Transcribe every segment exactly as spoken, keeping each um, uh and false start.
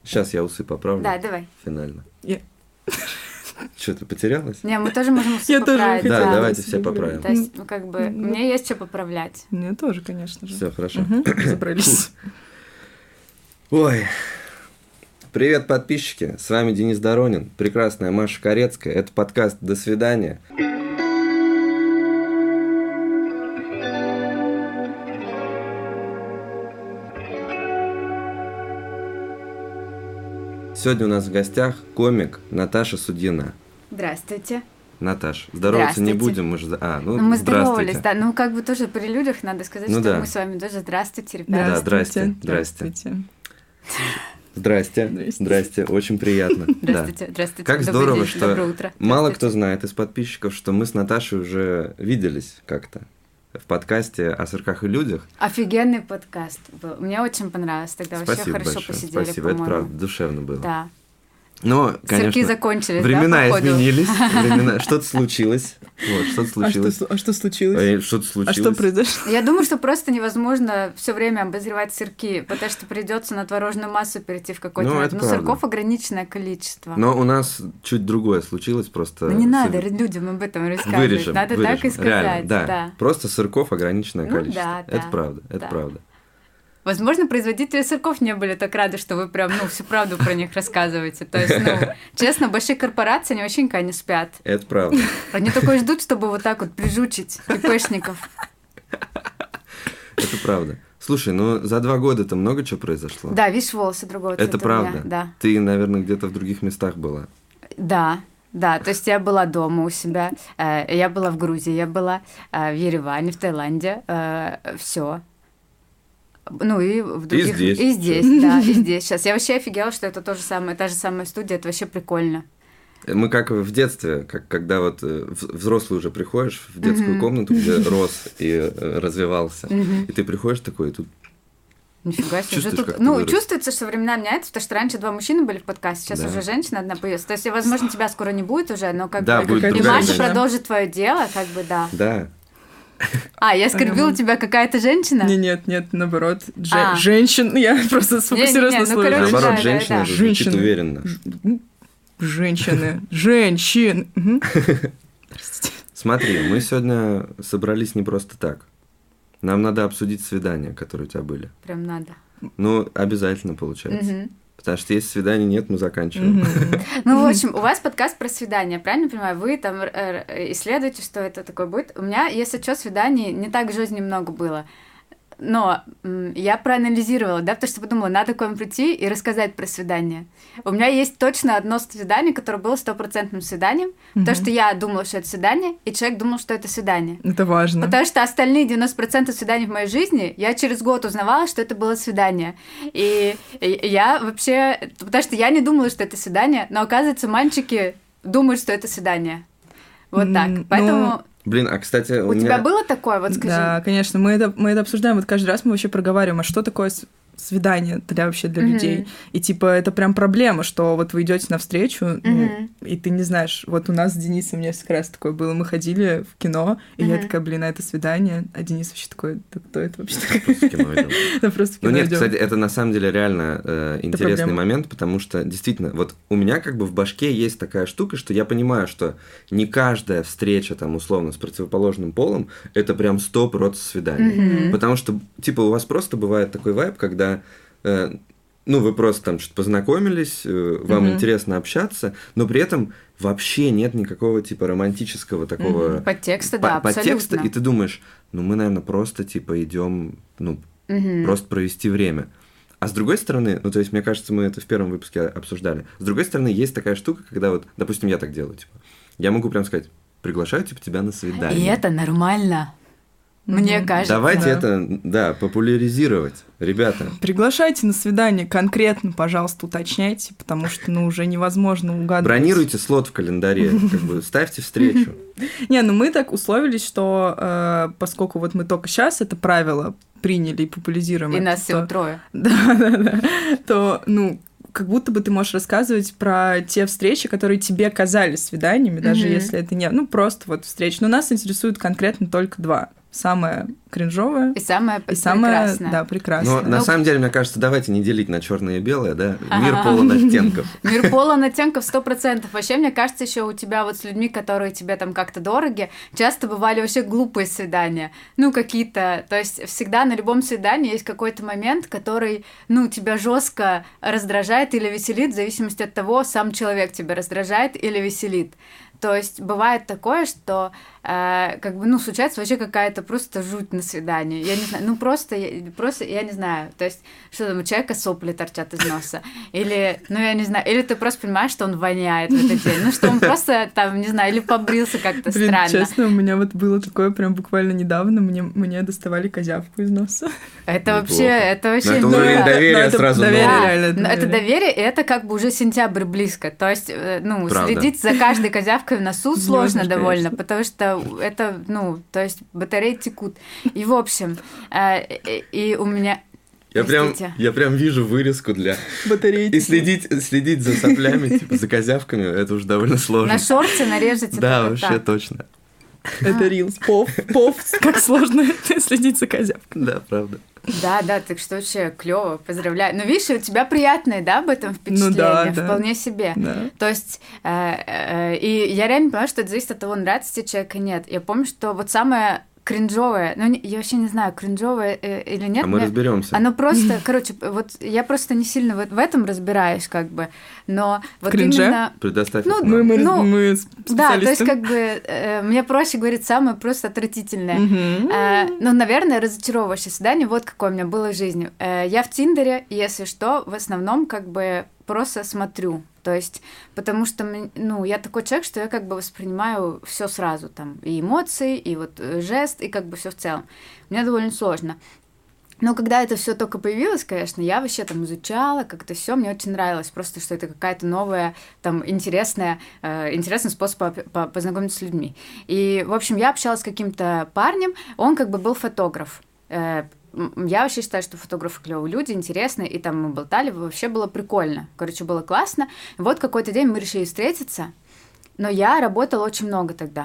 Сейчас я усы поправлю. Да, давай. Финально. Я... Что, ты потерялась? Не, мы тоже можем усы Я поправить. тоже Да, хотела давайте себе все говорить. поправим. То есть, ну, как бы, Ну, мне есть что поправлять. Мне тоже, конечно же. Все, хорошо. Мгм, разобрались. Ой. Привет, подписчики. С вами Денис Доронин, прекрасная Маша Корецкая. Это подкаст «До свидания». Сегодня у нас в гостях комик Наташа Судьина. Здравствуйте. Наташ, здороваться не Здравствуйте. будем, мы же... А, ну, Ну, мы здравствуйте. здоровались, да. Ну, как бы тоже при людях надо сказать, Ну что да. мы с вами тоже здравствуйте, Да, ребята. здрасте, Здравствуйте. Здрасте, Здрасте. здрасте, очень приятно. Да. Здравствуйте, здравствуйте. Как Добрый здорово, день, что доброе утро. мало Здравствуйте. кто знает из подписчиков, что мы с Наташей уже виделись как-то в подкасте о сырках и людях. Офигенный подкаст был. Мне очень понравилось. Тогда вообще Спасибо хорошо большое. посидели, Спасибо, это по-моему. правда душевно было. Да. Но, конечно, Сырки закончились, времена да, походу? изменились, времена... что-то случилось. Вот, что-то А что, случилось. с- а что случилось? Э, Что-то А случилось. что произошло? Я думаю, что просто невозможно все время обозревать сырки, потому что придется на творожную массу перейти в какой-то Ну, момент. это Ну, правда. сырков ограниченное количество. Но у нас чуть другое случилось, просто... Ну, не надо сыр- людям об этом рассказывать. Вырежем, Надо вырежем. так и сказать. Реально, да. да. Просто сырков ограниченное Ну, количество. да, это да, правда, это да. правда. Возможно, производители сырков не были так рады, что вы прям, ну, всю правду про них рассказываете. То есть, ну, честно, большие корпорации, они вообще никогда не спят. Это правда. Они только и ждут, чтобы вот так вот прижучить ИПшников. Это правда. Слушай, ну за два года-то много чего произошло. Да, видишь, волосы другого цвета Это у меня, правда. Да. Ты, наверное, где-то в других местах была. Да, да, то есть я была дома у себя, э, я была в Грузии, я была э, в Ереване, в Таиланде, все. Ну и в других... здесь. И здесь, да, и здесь. Сейчас я вообще офигела, что это то же самое, та же самая студия, это вообще прикольно. Мы как в детстве, как когда вот э, в- взрослый уже приходишь в детскую Мгм. комнату, где рос и э, развивался, Мгм. и ты приходишь такой, и тут Нифига себе. Уже Чувствуешь, тут... как ты Ну, вырос. чувствуется, что времена меняются, потому что раньше два мужчины были в подкасте, сейчас Да. уже женщина одна появилась. То есть, возможно, тебя скоро не будет уже, но как Да, бы... будет И другая Маша женщина. продолжит твое дело, как бы, да. да, А, я оскорбила тебя какая-то женщина? Не, нет, нет, наоборот. Же- А. Женщин. Я просто сфокусировалась Не-не-не, на ну, слове. короче, наоборот, да, да, женщина да. же звучит Женщина. уверенно. Ж- ну, Женщины. Женщин. Мгм. Простите. Смотри, мы сегодня собрались не просто так. Нам надо обсудить свидания, которые у тебя были. Прям надо. Ну, обязательно получается. Мгм. Потому что если свиданий нет, мы заканчиваем. Мгм. Ну, в общем, у вас подкаст про свидания, правильно понимаю? Вы там э, э, исследуете, что это такое будет. У меня, если что, свиданий не так в жизни много было. Но м, я проанализировала, да, потому что подумала, надо к вам прийти и рассказать про свидание. У меня есть точно одно свидание, которое было стопроцентным свиданием, потому Мгм. что я думала, что это свидание, и человек думал, что это свидание. Это важно. Потому что остальные девяносто процентов свиданий в моей жизни я через год узнавала, что это было свидание. И и я вообще... Потому что я не думала, что это свидание, но оказывается, мальчики думают, что это свидание. Вот так. М, Поэтому... ну, Блин, а кстати, у, У меня... тебя было такое? Вот скажи. Да, конечно, мы это, мы это обсуждаем, вот каждый раз мы вообще проговариваем, а что такое с- свидание для вообще для Мгм. людей. И типа это прям проблема, что вот вы идете навстречу, ну, Мгм. и ты не знаешь, вот у нас с Денисом несколько раз такое было, мы ходили в кино, и я Мгм. такая, блин, а это свидание, а Денис вообще такой, да кто это вообще? Просто в кино идём. Да просто в Ну кино нет, идём. кстати, это на самом деле реально э, интересный проблема. момент, потому что действительно, вот у меня как бы в башке есть такая штука, что я понимаю, что не каждая встреча там условно с противоположным полом это прям сто процентов свидание. Мгм. Потому что, типа, у вас просто бывает такой вайб, когда, э, ну, вы просто там что-то познакомились, э, вам Мгм. интересно общаться, но при этом вообще нет никакого, типа, романтического такого Мгм. Подтекста, по- да, подтекста, абсолютно. и ты думаешь, ну, мы, наверное, просто, типа, идем, ну, Мгм. просто провести время. А с другой стороны, ну, то есть, мне кажется, мы это в первом выпуске обсуждали. С другой стороны, есть такая штука, когда вот, допустим, я так делаю, типа, я могу прям сказать, приглашаю, типа, тебя на свидание. И это нормально. Мне Мгм. кажется. Давайте Да. это, да, популяризировать, ребята. Приглашайте на свидание конкретно, пожалуйста, уточняйте, потому что, ну, уже невозможно угадывать. Бронируйте слот в календаре, как бы ставьте встречу. Не, ну мы так условились, что э, поскольку вот мы только сейчас это правило приняли и популяризируем, И это, нас то- всего трое. Да, да, да. То, ну, как будто бы ты можешь рассказывать про те встречи, которые тебе казались свиданиями, даже Мгм. если это не... Ну, просто вот встречи. Но нас интересует конкретно только два. Самое кринжовое. И самое и самое, прекрасное. Да, прекрасное. Но ну, на самом деле, мне кажется, давайте не делить на черное и белое, да? Мир полон оттенков. Мир полон оттенков сто процентов. Вообще, мне кажется, еще у тебя вот с людьми, которые тебе там как-то дороги, часто бывали вообще глупые свидания. Ну, какие-то... То есть всегда на любом свидании есть какой-то момент, который, ну, тебя жестко раздражает или веселит, в зависимости от того, сам человек тебя раздражает или веселит. То есть бывает такое, что э, как бы, ну, случается вообще какая-то просто жуть на свидании. Я не знаю, ну, просто, я, просто, я не знаю. То есть, что там, у человека сопли торчат из носа. Или, ну, я не знаю, или ты просто понимаешь, что он воняет в этот день. Ну, что он просто, там, не знаю, или побрился как-то Блин, странно. честно, у меня вот было такое прям буквально недавно. Мне, мне доставали козявку из носа. Это Неплохо. вообще, это вообще... Но это ну, уровень да. доверия это сразу доверие, новый. реально, это Но это доверие. доверие, и это как бы уже сентябрь близко. То есть, э, ну, Правда. следить за каждой козявкой в носу сложно Звёздочка, довольно, конечно. потому что это, ну, то есть батареи текут. И, в общем, э, и, и у меня... Я прям, Простите. я прям вижу вырезку для... Батарейки. И следить, следить за соплями, типа, за козявками, это уже довольно сложно. На шорте нарежете Да, только вообще так. точно. Это рилс. Пов, пов, как сложно следить за козявкой. Да, правда. Да, да, так что вообще клево, поздравляю. Но видишь, у тебя приятные, да, об этом впечатления, Ну да, да. вполне себе. Да. То есть, э, э, и я реально понимаю, что это зависит от того, нравится тебе человек или нет. Я помню, что вот самое кринжовое, ну, не- я вообще не знаю, кринжовое э, или нет. А мы мне- разберемся. Оно просто, короче, вот я просто не сильно в, в этом разбираюсь, как бы, но вот кринже? именно... Предоставь Ну, это Мы, нам. мы, Ну, мы Да, то есть специалисты. как бы э, мне проще говорить самое просто отвратительное. Мгм. Э, ну, наверное, разочаровывающее свидание, вот какое у меня было в жизни. Э, я в Тиндере, если что, в основном как бы просто смотрю. То есть, потому что, м- ну, я такой человек, что я как бы воспринимаю все сразу, там, и эмоции, и вот э, жест, и как бы все в целом. Мне довольно сложно. Но когда это все только появилось, конечно, я вообще там изучала, как-то все, мне очень нравилось, просто что это какая-то новая, там, интересная, э, интересный способ по- по- познакомиться с людьми. И, в общем, я общалась с каким-то парнем, он как бы был фотограф. Э, м, я вообще считаю, что фотографы клевые люди, интересные, и там мы болтали, вообще было прикольно. Короче, было классно. Вот какой-то день мы решили встретиться, но я работала очень много тогда.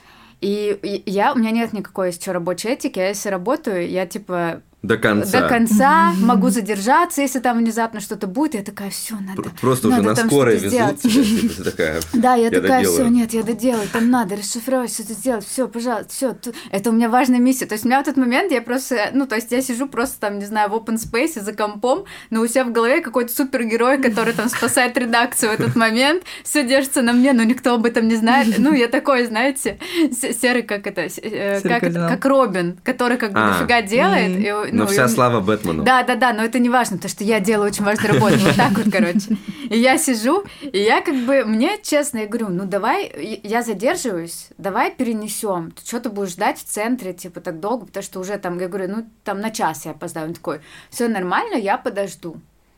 И и я, у меня нет никакой еще рабочей этики, я если работаю, я типа До конца. до конца могу задержаться, если там внезапно что-то будет, я такая, все надо. Пр- Просто уже надо на там скорой что-то везут сделать. тебя, типа, ты такая... Да, я, Я такая, доделаю. все, нет, я доделаю, там надо расшифровать, что-то сделать, все, пожалуйста, все, это у меня важная миссия. То есть у меня в этот момент я просто, ну, то есть я сижу просто там, не знаю, в open space за компом, но у себя в голове какой-то супергерой, который там спасает редакцию в этот момент, все держится на мне, но никто об этом не знает. Ну, я такой, знаете, с- серый, как это, с- э, Серый как, это, кардинал. как Робин, который как бы А. дофига делает. М. и, Но ну, вся и- слава Бэтмену. да, да, да, но это не важно, потому что я делаю очень важную работу. Вот так вот, короче. И я сижу, и я как бы, мне честно, я говорю, ну давай, я задерживаюсь, давай перенесем. Ты что ты будешь ждать в центре, типа, так долго, потому что уже там, я говорю, ну там на час я опоздаю. Он такой, все нормально, я подожду.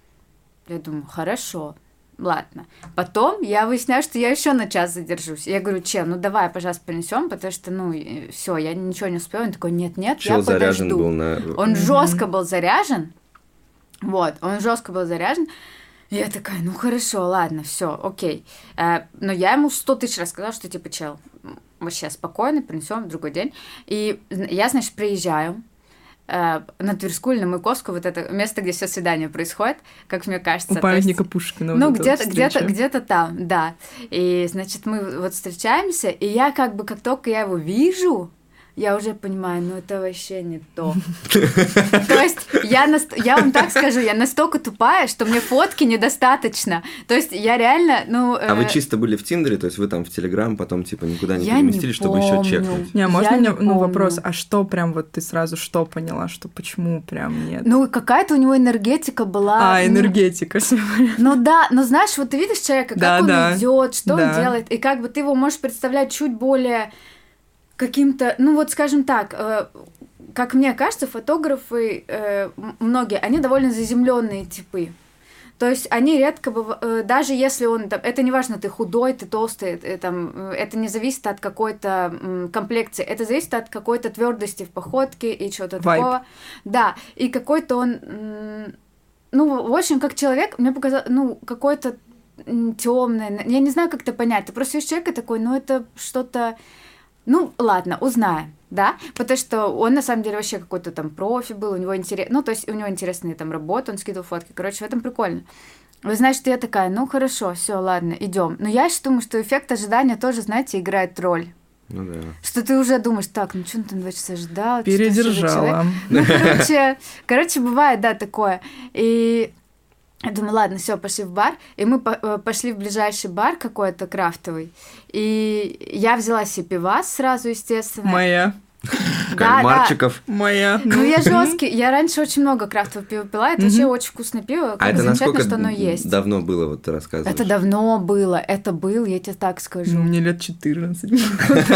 Я думаю, хорошо. Ладно. Потом я выясняю, что я еще на час задержусь. Я говорю, чел, ну давай, пожалуйста, перенесем, потому что, ну, все, я ничего не успею. Он такой, нет-нет, я Чел заряжен подожду. был на... Он жестко был заряжен. Вот, он жестко был заряжен. И я такая, ну хорошо, ладно, все, окей. Э, но я ему сто тысяч раз сказала, что типа, чел, вообще спокойно, принесем в другой день. И я, значит, приезжаю э, на Тверскую или на Маяковскую, вот это место, где все свидания происходят, как мне кажется. У То памятника есть- Пушкина. ну, вот эта где-то, вот где-то, встреча. где-то там, да. И, значит, мы вот встречаемся, и я как бы, как только я его вижу, я уже понимаю, ну это вообще не то. То есть я, наст- я вам так скажу, я настолько тупая, что мне фотки недостаточно. То есть я реально, ну... А вы э, чисто были в Тиндере, то есть вы там в Телеграм потом типа никуда не Я не переместили, чтобы еще помню. чекнуть? Не, а можно Я мне не ну, вопрос, помню. а что прям вот ты сразу что поняла, что почему прям нет? Ну, какая-то у него энергетика была. а, ну, энергетика. всё понятно. Ну да, но знаешь, вот ты видишь человека, как Да, он да. идет, что Да. он делает, и как бы ты его можешь представлять чуть более каким-то, ну вот скажем так, э, как мне кажется, фотографы, э, м- многие, они довольно заземленные типы. То есть они редко, быва- э, даже если он, там, это не важно, ты худой, ты толстый, э, там, э, это не зависит от какой-то м, комплекции, это зависит от какой-то твердости в походке и чего-то Вайб. такого. Да, и какой-то он, м, ну, в общем, как человек, мне показалось, ну, какой-то темный, я не знаю, как это понять, ты просто видишь человека такой, ну, это что-то, ну, ладно, узнаем. Да, потому что он на самом деле вообще какой-то там профи был, у него интерес, ну, то есть у него интересные там работы, он скидывал фотки, короче, в этом прикольно. Вы знаете, что я такая, ну, хорошо, все, ладно, идем. Но я еще думаю, что эффект ожидания тоже, знаете, играет роль. Ну да. Что ты уже думаешь, так, ну что он там два часа ждал? Передержала. Ну, короче, короче, бывает, да, такое. И я думаю, ладно, все, пошли в бар. И мы пошли в ближайший бар какой-то крафтовый. И я взяла себе пивас сразу, естественно. Моя. Да, Кальмарчиков. да. Моя. Ну, я жесткий. Я раньше очень много крафтового пива пила. Это Мгм. вообще очень вкусное пиво. Как А это замечательно, насколько что оно есть. давно было, вот ты рассказываешь? Это давно было. Это был, я тебе так скажу. Ну, мне лет четырнадцать. Блин.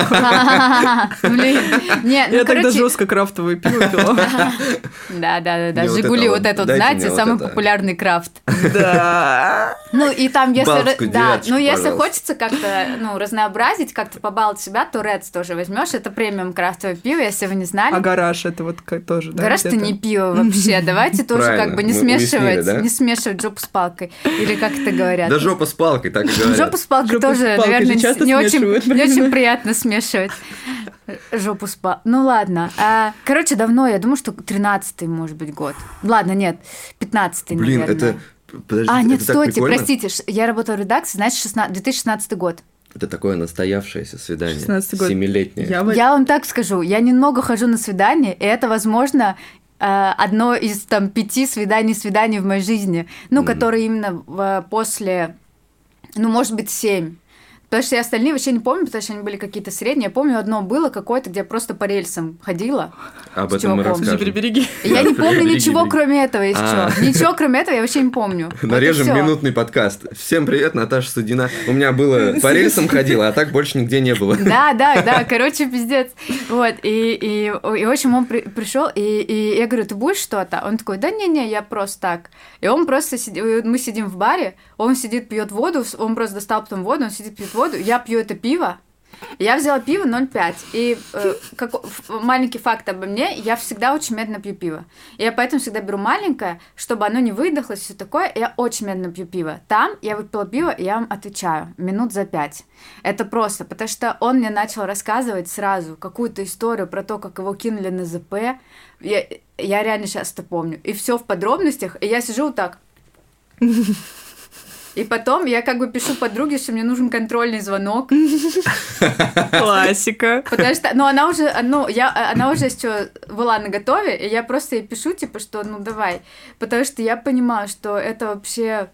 Не, ну, Я тогда короче... жестко крафтовое пиво пила. Да, да, да, да. Мне вот Жигули, это вот вот, этот, дайте знаете, мне вот самый это. популярный крафт. Да. Ну, и там, если... Балтику Да, девяточку, ну, если пожалуйста. хочется как-то, ну, разнообразить, как-то побаловать себя, то Редс тоже возьмешь. Это премиум крафтовое пиво, если вы не знали. А гараж это вот как тоже, да? Гараж-то где-то? не пиво вообще. Давайте тоже Правильно, как бы не мы смешивать, уяснили, да? не смешивать жопу с палкой. Или как это говорят. Да жопа с палкой, так и говорят. Жопу с палкой Жопу с тоже, палкой наверное, же часто не очень, смешивают, не правильно? очень приятно смешивать. Жопу с палкой. Ну ладно. А, короче, давно, я думаю, что тринадцатый, может быть, год. Ладно, нет, пятнадцатый, Блин, наверное. это... Подожди, А, нет, это так стойте, прикольно. простите, ш- я работала в редакции, значит, шестнадцатый две тысячи шестнадцатый год. Это такое настоявшееся свидание. шестнадцатый год. Семилетнее. Я вот- Я вам так скажу, я немного хожу на свидания, и это, возможно, э, одно из там пяти свиданий-свиданий в моей жизни, ну, Мгм. которые именно в- после, ну, может быть, семь. Потому что я остальные вообще не помню, потому что они были какие-то средние. Я помню, одно было какое-то, где я просто по рельсам ходила. Об с этом мы чуваком. расскажем. Береги. И я не Да, помню береги, ничего, береги. кроме этого, если А. что. Ничего, кроме этого, я вообще не помню. Вот и Нарежем всё. минутный подкаст. Всем привет, Наташа Судина. У меня было по рельсам ходила, а так больше нигде не было. Да, да, да, короче, пиздец. Вот, и, и, и в общем, он при, пришел, и, и я говорю, ты будешь что-то? Он такой, да не-не, я просто так. И он просто сидит, мы сидим в баре, он сидит, пьет воду, он просто достал потом воду, он сидит, пьет воду, я пью это пиво. Я взяла пиво ноль пять. И э, как, маленький факт обо мне, я всегда очень медленно пью пиво. И я поэтому всегда беру маленькое, чтобы оно не выдохлось, все такое. И я очень медленно пью пиво. Там я выпила пиво, и я вам отвечаю, минут за пять. Это просто, потому что он мне начал рассказывать сразу какую-то историю про то, как его кинули на ЗП. Я, я реально сейчас это помню. И все в подробностях. И я сижу вот так. И потом я как бы пишу подруге, что мне нужен контрольный звонок. Классика. Потому что, ну, она уже, ну, я, она уже что была наготове, и я просто ей пишу, типа, что, ну, давай. Потому что я понимаю, что это вообще...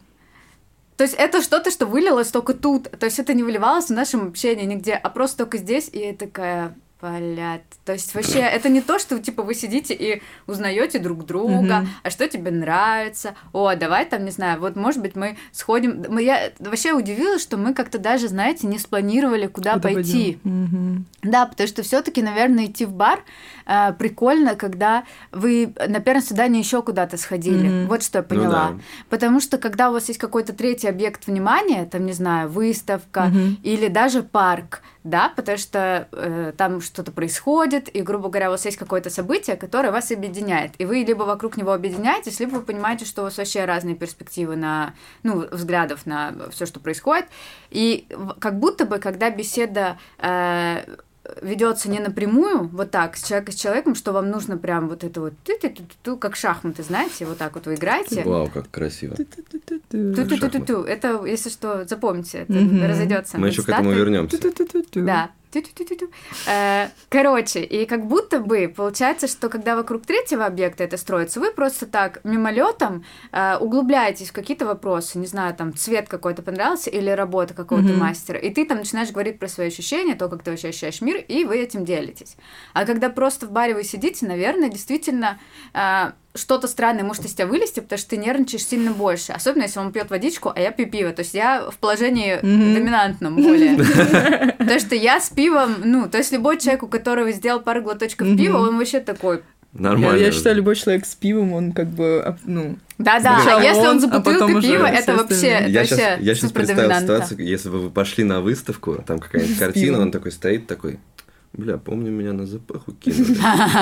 То есть это что-то, что вылилось только тут. То есть это не выливалось в нашем общении нигде, а просто только здесь. И я такая, блядь. То есть вообще это не то, что, типа, вы сидите и узнаете друг друга, Мгм. а что тебе нравится. О, давай там, не знаю, вот, может быть, мы сходим... Мы, я вообще удивилась, что мы как-то даже, знаете, не спланировали, куда, Куда пойти. пойдем? Мгм. Да, потому что все-таки, наверное, идти в бар э, прикольно, когда вы на первом свидании еще куда-то сходили. Мгм. Вот что я Ну поняла. да. Потому что когда у вас есть какой-то третий объект внимания, там, не знаю, выставка Мгм. или даже парк, да, потому что э, там что-то происходит, и, грубо говоря, у вас есть какое-то событие, которое вас объединяет. И вы либо вокруг него объединяетесь, либо вы понимаете, что у вас вообще разные перспективы на, ну, взглядов на все, что происходит. И в- как будто бы, когда беседа э, ведется не напрямую, вот так, с человеком с человеком, что вам нужно прям вот это вот, ту-ту-ту-ту, как шахматы, знаете, вот так вот вы играете. Вау, как красиво. Ту-ту-ту-ту. Ту-ту-ту-ту-ту. Это, если что, запомните, это Мгм. разойдется. Мы еще к этому вернемся. Ту-ту-ту-ту-ту. Да. Тю-тю-тю-тю-тю. Э, Короче, и как будто бы получается, что когда вокруг третьего объекта это строится, вы просто так мимолетом э, углубляетесь в какие-то вопросы, не знаю, там цвет какой-то понравился или работа какого-то Мгм. мастера, и ты там начинаешь говорить про свои ощущения, то, как ты вообще ощущаешь мир, и вы этим делитесь. А когда просто в баре вы сидите, наверное, действительно э, что-то странное может из тебя вылезти, потому что ты нервничаешь сильно больше. Особенно, если он пьет водичку, а я пью пиво. То есть я в положении Мгм. доминантном более. Потому что я с пивом, ну, то есть любой человек, у которого сделал пару глоточков Мгм. пива, он вообще такой... Я, Нормально. я считаю, любой человек с пивом, он как бы, ап- ну... Да-да, Сначала а если он он, за а потом бутылкой уже пива, все это вообще, остальные. это Я вообще сейчас, я сейчас представил супердоминанта. ситуацию, если бы вы пошли на выставку, там какая-нибудь С картина, пивом. он такой стоит, такой, Бля, помню, меня на запаху кинули.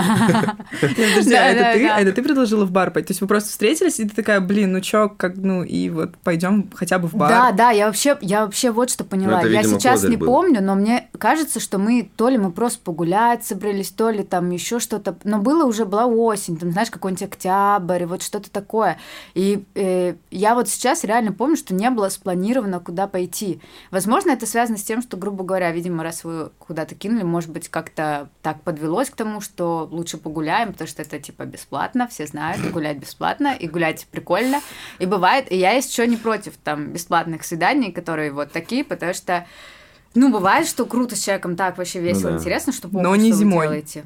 Подожди, а это ты предложила в бар пойти? То есть вы просто встретились, и ты такая, блин, ну чё, как, ну и вот пойдем хотя бы в бар. Да, да, я вообще, я вообще вот что поняла. Я сейчас не помню, но мне кажется, что мы то ли мы просто погулять собрались, то ли там еще что-то. Но было уже, была осень, там, знаешь, какой-нибудь октябрь, вот что-то такое. И э, я вот сейчас реально помню, что не было спланировано, куда пойти. Возможно, это связано с тем, что, грубо говоря, видимо, раз вы куда-то кинули, может быть, как-то так подвелось к тому, что лучше погуляем, потому что это, типа, бесплатно, все знают, гулять бесплатно, и гулять прикольно. И бывает, и я еще не против, там, бесплатных свиданий, которые вот такие, потому что, ну, бывает, что круто с человеком так вообще весело, ну, да. Интересно, что помню, но не что зимой. Вы делаете.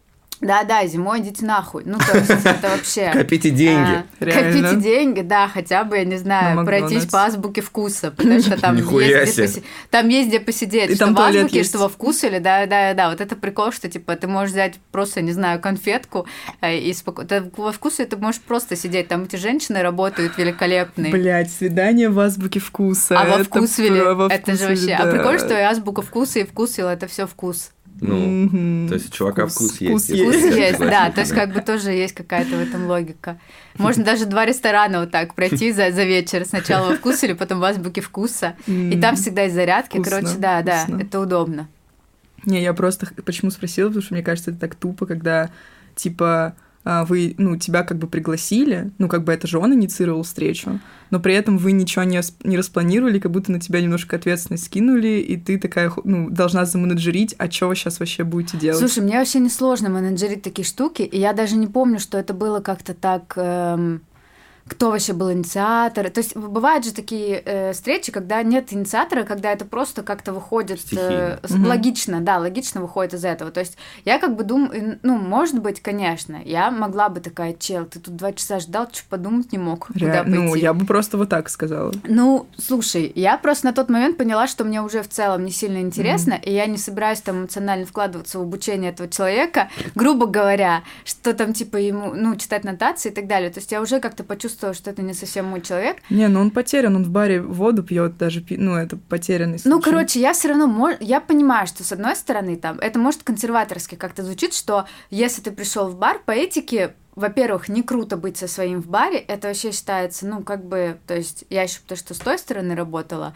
Да-да, зимой идите нахуй. Ну, то есть, это вообще... Копите деньги. А, копите деньги, да, хотя бы, я не знаю, пройтись по азбуке вкуса, потому что там есть где, поси... там есть где посидеть, и что в азбуке, есть. что во вкусвиле, да-да-да, вот это прикол, что, типа, ты можешь взять просто, не знаю, конфетку, и спокойно... Во вкусвиле ты можешь просто сидеть, там эти женщины работают великолепные. Блять, свидание в азбуке вкуса. А во вкусвиле, это, это же вообще... Да. А прикольно, что и азбука вкуса, и вкусвилл, это все вкус. Ну, mm-hmm. то есть у чувака вкус, вкус есть. Вкус есть, есть да, то есть как бы тоже есть какая-то в этом логика. Можно даже два ресторана вот так пройти за, за вечер. Сначала во вкусвиле, потом в азбуке вкуса. Mm-hmm. И там всегда есть зарядки. Вкусно, короче, да, вкусно. Да, это удобно. Не, я просто почему спросила, потому что мне кажется, это так тупо, когда типа... вы, ну, тебя как бы пригласили, ну, как бы это же он инициировал встречу, но при этом вы ничего не, не распланировали, как будто на тебя немножко ответственность скинули, и ты такая, ну, должна заменеджерить, а что вы сейчас вообще будете делать? Слушай, мне вообще несложно менеджерить такие штуки, и я даже не помню, что это было как-то так... Эм... Кто вообще был инициатор? То есть бывают же такие э, встречи, когда нет инициатора, когда это просто как-то выходит э, mm-hmm. логично, да, логично выходит из этого. То есть я как бы думаю, ну, может быть, конечно, я могла бы такая, чел, ты тут два часа ждал, что подумать не мог, Ре... куда пойти. Ну, я бы просто вот так сказала. Ну, слушай, я просто на тот момент поняла, что мне уже в целом не сильно интересно, mm-hmm. и я не собираюсь там эмоционально вкладываться в обучение этого человека, грубо говоря, что там типа ему, ну, читать нотации и так далее. То есть я уже как-то почувствовала, что это не совсем мой человек. Не, ну он потерян, он в баре воду пьет, даже, ну, это потерянный случай. Ну, короче, я все равно, мож... я понимаю, что с одной стороны, там, это может консерваторски как-то звучит, что если ты пришел в бар, по этике, во-первых, не круто быть со своим в баре, это вообще считается, ну, как бы, то есть я еще потому что с той стороны работала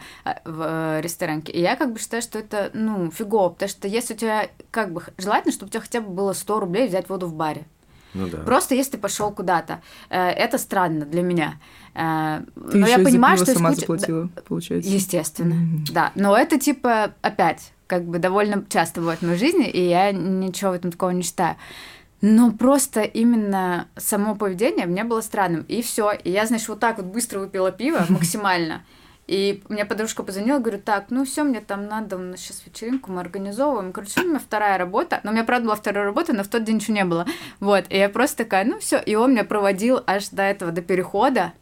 в ресторанке, и я как бы считаю, что это, ну, фигово, потому что если у тебя, как бы, желательно, чтобы у тебя хотя бы было сто рублей взять воду в баре. Ну, да. Просто если ты пошел куда-то, это странно для меня. Ты но я понимаю, что сама куча... заплатила, получается. Естественно, mm-hmm. да. Но это типа опять как бы довольно часто бывает в моей жизни, и я ничего в этом такого не считаю. Но просто именно само поведение мне было странным, и все. И я, значит, вот так вот быстро выпила пиво максимально. И мне подружка позвонила, говорю, так, ну все, мне там надо, у нас сейчас вечеринку мы организовываем. Короче, у меня вторая работа. Но у меня, правда, была вторая работа, но в тот день ничего не было. Вот, и я просто такая, ну все. И он меня проводил аж до этого, до перехода.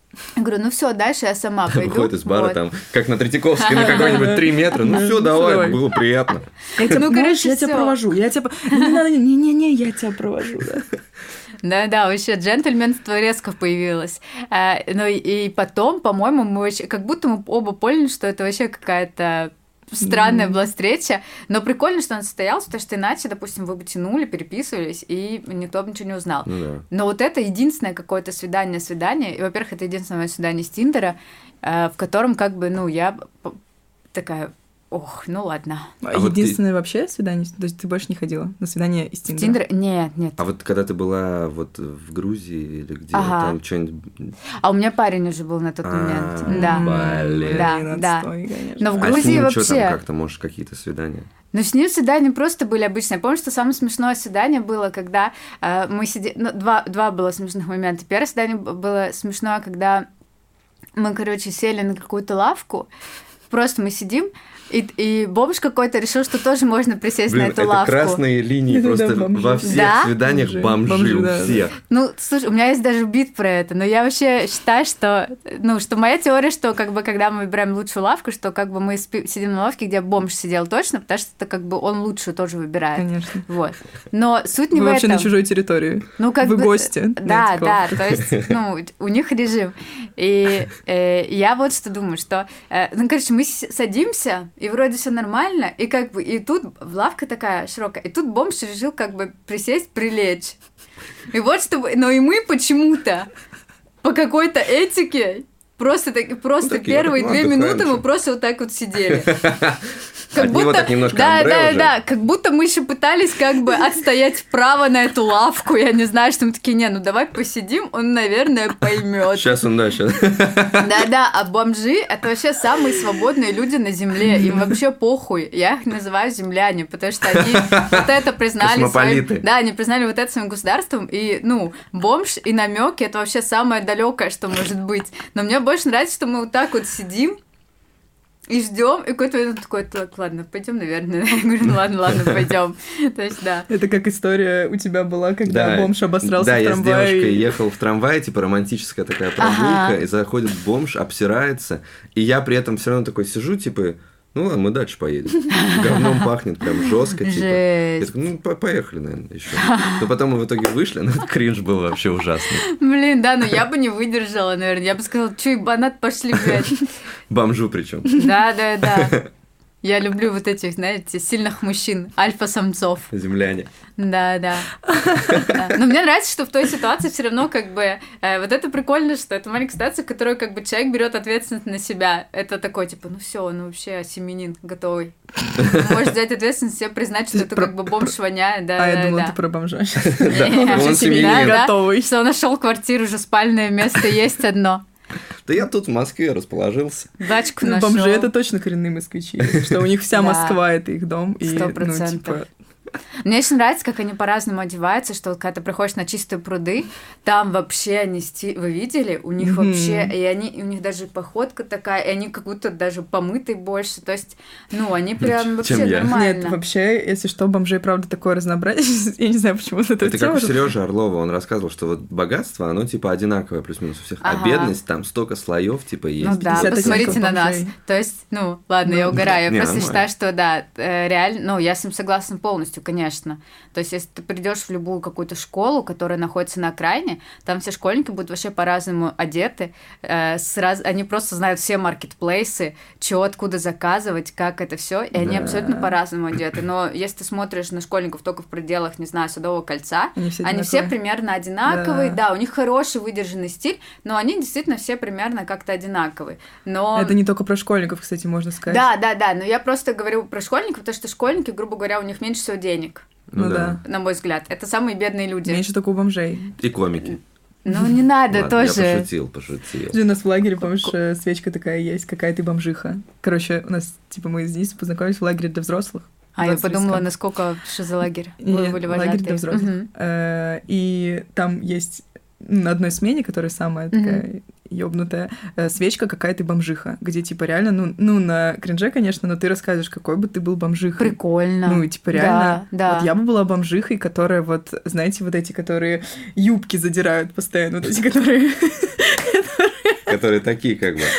Я говорю, ну все, дальше я сама пойду. Выходит из бара, вот. Там, как на Третьяковской, на какой-нибудь три метра. Ну все, давай, было приятно. Я тебя, ну, короче, я тебя провожу. Я тебя... Не надо, не-не-не, я тебя провожу, да. Да-да, вообще джентльменство резко появилось. А, ну и потом, по-моему, мы вообще, как будто мы оба поняли, что это вообще какая-то странная mm-hmm. была встреча, но прикольно, что она состоялась, потому что иначе, допустим, вы бы тянули, переписывались, и никто бы ничего не узнал. Mm-hmm. Но вот это единственное какое-то свидание-свидание, и, во-первых, это единственное мое свидание с Тиндера, в котором как бы, ну, я такая... Ох, ну ладно. А Единственное вот ты... вообще свидание? То есть ты больше не ходила на свидание из Тиндера? Тиндер? Нет, нет. А вот когда ты была вот в Грузии или где, ага. там что-нибудь... А у меня парень уже был на тот момент. Да. Блин. Да, да. Но в а Грузии с ним вообще... что там как-то, может, какие-то свидания? Ну, с ним свидания просто были обычные. Я помню, что самое смешное свидание было, когда э, мы сидели... Ну, два, два было смешных момента. Первое свидание было смешное, когда мы, короче, сели на какую-то лавку. Просто мы сидим, и, и бомж какой-то решил, что тоже можно присесть Блин, на эту это лавку. Красные линии просто во всех да? свиданиях бомжи, бомжи у да, всех. Да. Ну, слушай, у меня есть даже бит про это, но я вообще считаю, что, ну, что моя теория, что как бы когда мы выбираем лучшую лавку, что как бы мы спи- сидим на лавке, где бомж сидел точно, потому что это как бы он лучшую тоже выбирает. Конечно. Вот. Но суть не Вы в вообще этом. на чужой территории. Ну, как Вы бы... гости. Да, да, то есть, ну, у них режим. И э, я вот что думаю, что... Э, ну, короче, мы мы садимся, и вроде все нормально, и как бы, и тут лавка такая широкая, и тут бомж решил как бы присесть, прилечь. И вот чтобы, но и мы почему-то по какой-то этике просто, так, просто ну, первые две минуты мы просто вот так вот сидели. Как От будто, него так немножко да, да, уже. да, как будто мы еще пытались как бы отстоять право на эту лавку, я не знаю, что мы такие, не, ну давай посидим, он, наверное, поймет. Сейчас он, да, сейчас. Да-да, а бомжи — это вообще самые свободные люди на земле, им вообще похуй, я их называю земляне, потому что они вот это признали своим... Да, они признали вот это своим государством, и, ну, бомж и намеки это вообще самое далекое, что может быть. Но мне больше нравится, что мы вот так вот сидим, и ждем, и какой-то момент такой, так, ладно, пойдем, наверное. Я говорю, ну ладно, ладно, пойдем. То есть, да. Это как история у тебя была, когда да, бомж обосрался да, в трамвае. Да, я с девушкой ехал в трамвае, типа романтическая такая прогулка, ага. и заходит бомж, обсирается, и я при этом все равно такой сижу, типа, ну ладно, мы дальше поедем. Говном пахнет прям жестко, типа. Я такой, ну поехали, наверное, еще. Но потом мы в итоге вышли, но кринж был вообще ужасный. Блин, да, ну я бы не выдержала, наверное. Я бы сказала, чё, ебанат, пошли, блядь. Бомжу причем. Да, да, да. Я люблю вот этих, знаете, сильных мужчин, альфа-самцов. Земляне. Да, да. да. Но мне нравится, что в той ситуации все равно как бы э, вот это прикольно, что это маленькая ситуация, в которой как бы человек берет ответственность на себя. Это такой типа, ну все, он вообще семенин готовый. Может взять ответственность, себе признать, что это как бы бомж воняет. А я думала, ты про бомжа. Да, он семенин готовый. Что он нашел квартиру, уже спальное место есть одно. Да я тут в Москве расположился. Дачку ну, нашел. Бомжи — это точно коренные москвичи, что у них вся Москва — это их дом. Сто процентов. Мне очень нравится, как они по-разному одеваются, что вот когда ты приходишь на чистые пруды, там вообще они сти... Вы видели? У них mm-hmm. вообще... И они... и у них даже походка такая, и они как будто даже помытые больше. То есть, ну, они прям вообще Чем я. нормально. Нет, вообще, если что, бомжей, правда, такое разнообразие. Я не знаю, почему это Это как у Сережи Орлова. Он рассказывал, что вот богатство, оно типа одинаковое плюс-минус у всех. Ага. А бедность, там столько слоев типа есть. Ну да, посмотрите на нас. То есть, ну, ладно, ну, я угораю. Я не, просто нормально. Считаю, что да, реально... Ну, я с ним согласна полностью, конечно. То есть, если ты придешь в любую какую-то школу, которая находится на окраине, там все школьники будут вообще по-разному одеты. Э, сразу, они просто знают все маркетплейсы, что откуда заказывать, как это все, и да. они абсолютно по-разному одеты. Но если ты смотришь на школьников только в пределах, не знаю, Садового кольца, они все, они все примерно одинаковые. Да. да, у них хороший выдержанный стиль, но они действительно все примерно как-то одинаковые. Но... Это не только про школьников, кстати, можно сказать. Да, да, да, но я просто говорю про школьников, потому что школьники, грубо говоря, у них меньше всего денег. Ну, ну да. На мой взгляд. Это самые бедные люди. Меньше только у бомжей. И комики. Ну, не надо Ладно, тоже. Я пошутил, пошутил. У нас в лагере, помнишь, свечка такая есть, какая ты бомжиха. Короче, у нас, типа, мы с Денисом познакомились в лагере для взрослых. А я подумала, насколько что за лагерь? Вы были лагерь для взрослых. И там есть на одной смене, которая самая такая... ёбнутая э, свечка, какая ты бомжиха, где, типа, реально, ну, ну, на кринже, конечно, но ты рассказываешь, какой бы ты был бомжихой. Прикольно. Ну, и, типа, реально, да, да. вот я бы была бомжихой, которая, вот, знаете, вот эти, которые юбки задирают постоянно, вот эти, которые... Которые такие, как бы...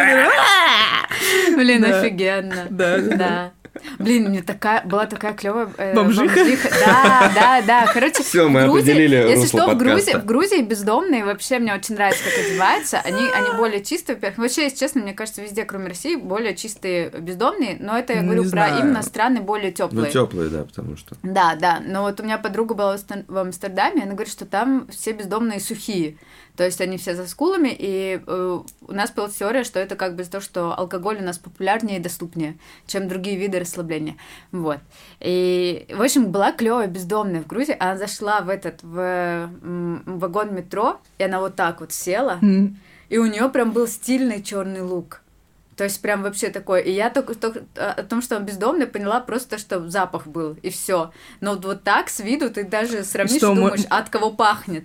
Блин, офигенно. Да, да. Блин, мне такая была такая клевая э, бомжиха. бомжиха. Да, да, да. Короче, все, мы в Грузии, определили если русло что, в подкаста. Грузии, в Грузии бездомные вообще мне очень нравится, как одеваются. Они, они более чистые, во-первых. Вообще, если честно, мне кажется, везде, кроме России, более чистые бездомные. Но это я Ну, говорю не про знаю. именно страны более Ну, теплые. теплые, да, потому что. Да, да. Но вот у меня подруга была в Астер- в Амстердаме, она говорит, что там все бездомные сухие. То есть они все за скулами, и э, у нас была теория, что это как бы то, что алкоголь у нас популярнее и доступнее, чем другие виды расслабления. Вот. И, в общем, была клевая бездомная в Грузии. Она зашла в этот в, м, вагон метро, и она вот так вот села, Mm. и у нее прям был стильный черный лук. То есть прям вообще такой. И я только, только о том, что он бездомный, поняла просто, что запах был, и все. Но вот, вот так с виду ты даже сравнишь Что, и думаешь, мы- от кого пахнет.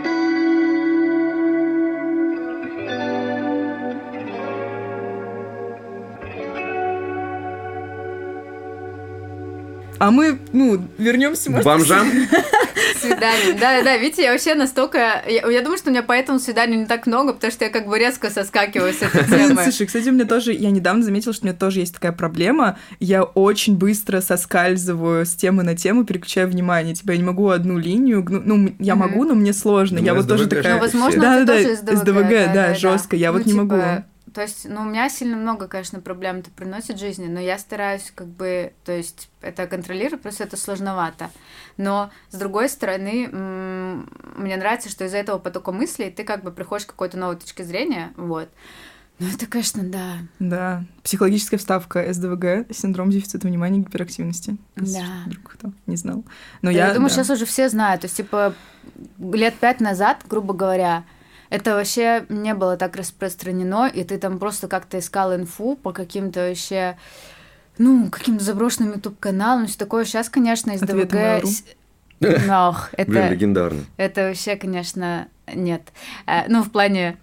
А мы, ну, вернемся, может, Бомжам? Свидание. Да-да-да, видите, я вообще настолько... Я, я думаю, что у меня поэтому свиданий не так много, потому что я как бы резко соскакиваю с этой темы. Слушай, кстати, у меня тоже, я недавно заметила, что у меня тоже есть такая проблема. Я очень быстро соскальзываю с темы на тему, переключаю внимание. Типа, я не могу одну линию, гну- ну, я могу, но мне сложно. Ну, Я вот тоже СДВГ же такая... Ну, возможно, Да, это да, тоже да, СДВГ. СДВГ, да, да, жестко. Я Ну, вот не типа, могу. то есть, ну, у меня сильно много, конечно, проблем это приносит в жизни, но я стараюсь как бы, то есть, это контролировать, просто это сложновато. Но, с другой стороны, м- мне нравится, что из-за этого потока мыслей ты как бы приходишь к какой-то новой точке зрения, вот. Ну, это, конечно, да. Да. Психологическая вставка эс дэ вэ гэ, синдром дефицита внимания и гиперактивности. Да. Вдруг кто не знал. Но Да, я, я думаю, да. сейчас уже все знают. То есть, типа, лет пять назад, грубо говоря, это вообще не было так распространено, и ты там просто как-то искал инфу по каким-то вообще, ну, каким-то заброшенным ютуб-каналам, все такое. Сейчас, конечно, эс дэ вэ гэ... Ох, это... Блин, легендарно. Это вообще, конечно, нет. Ну, в плане...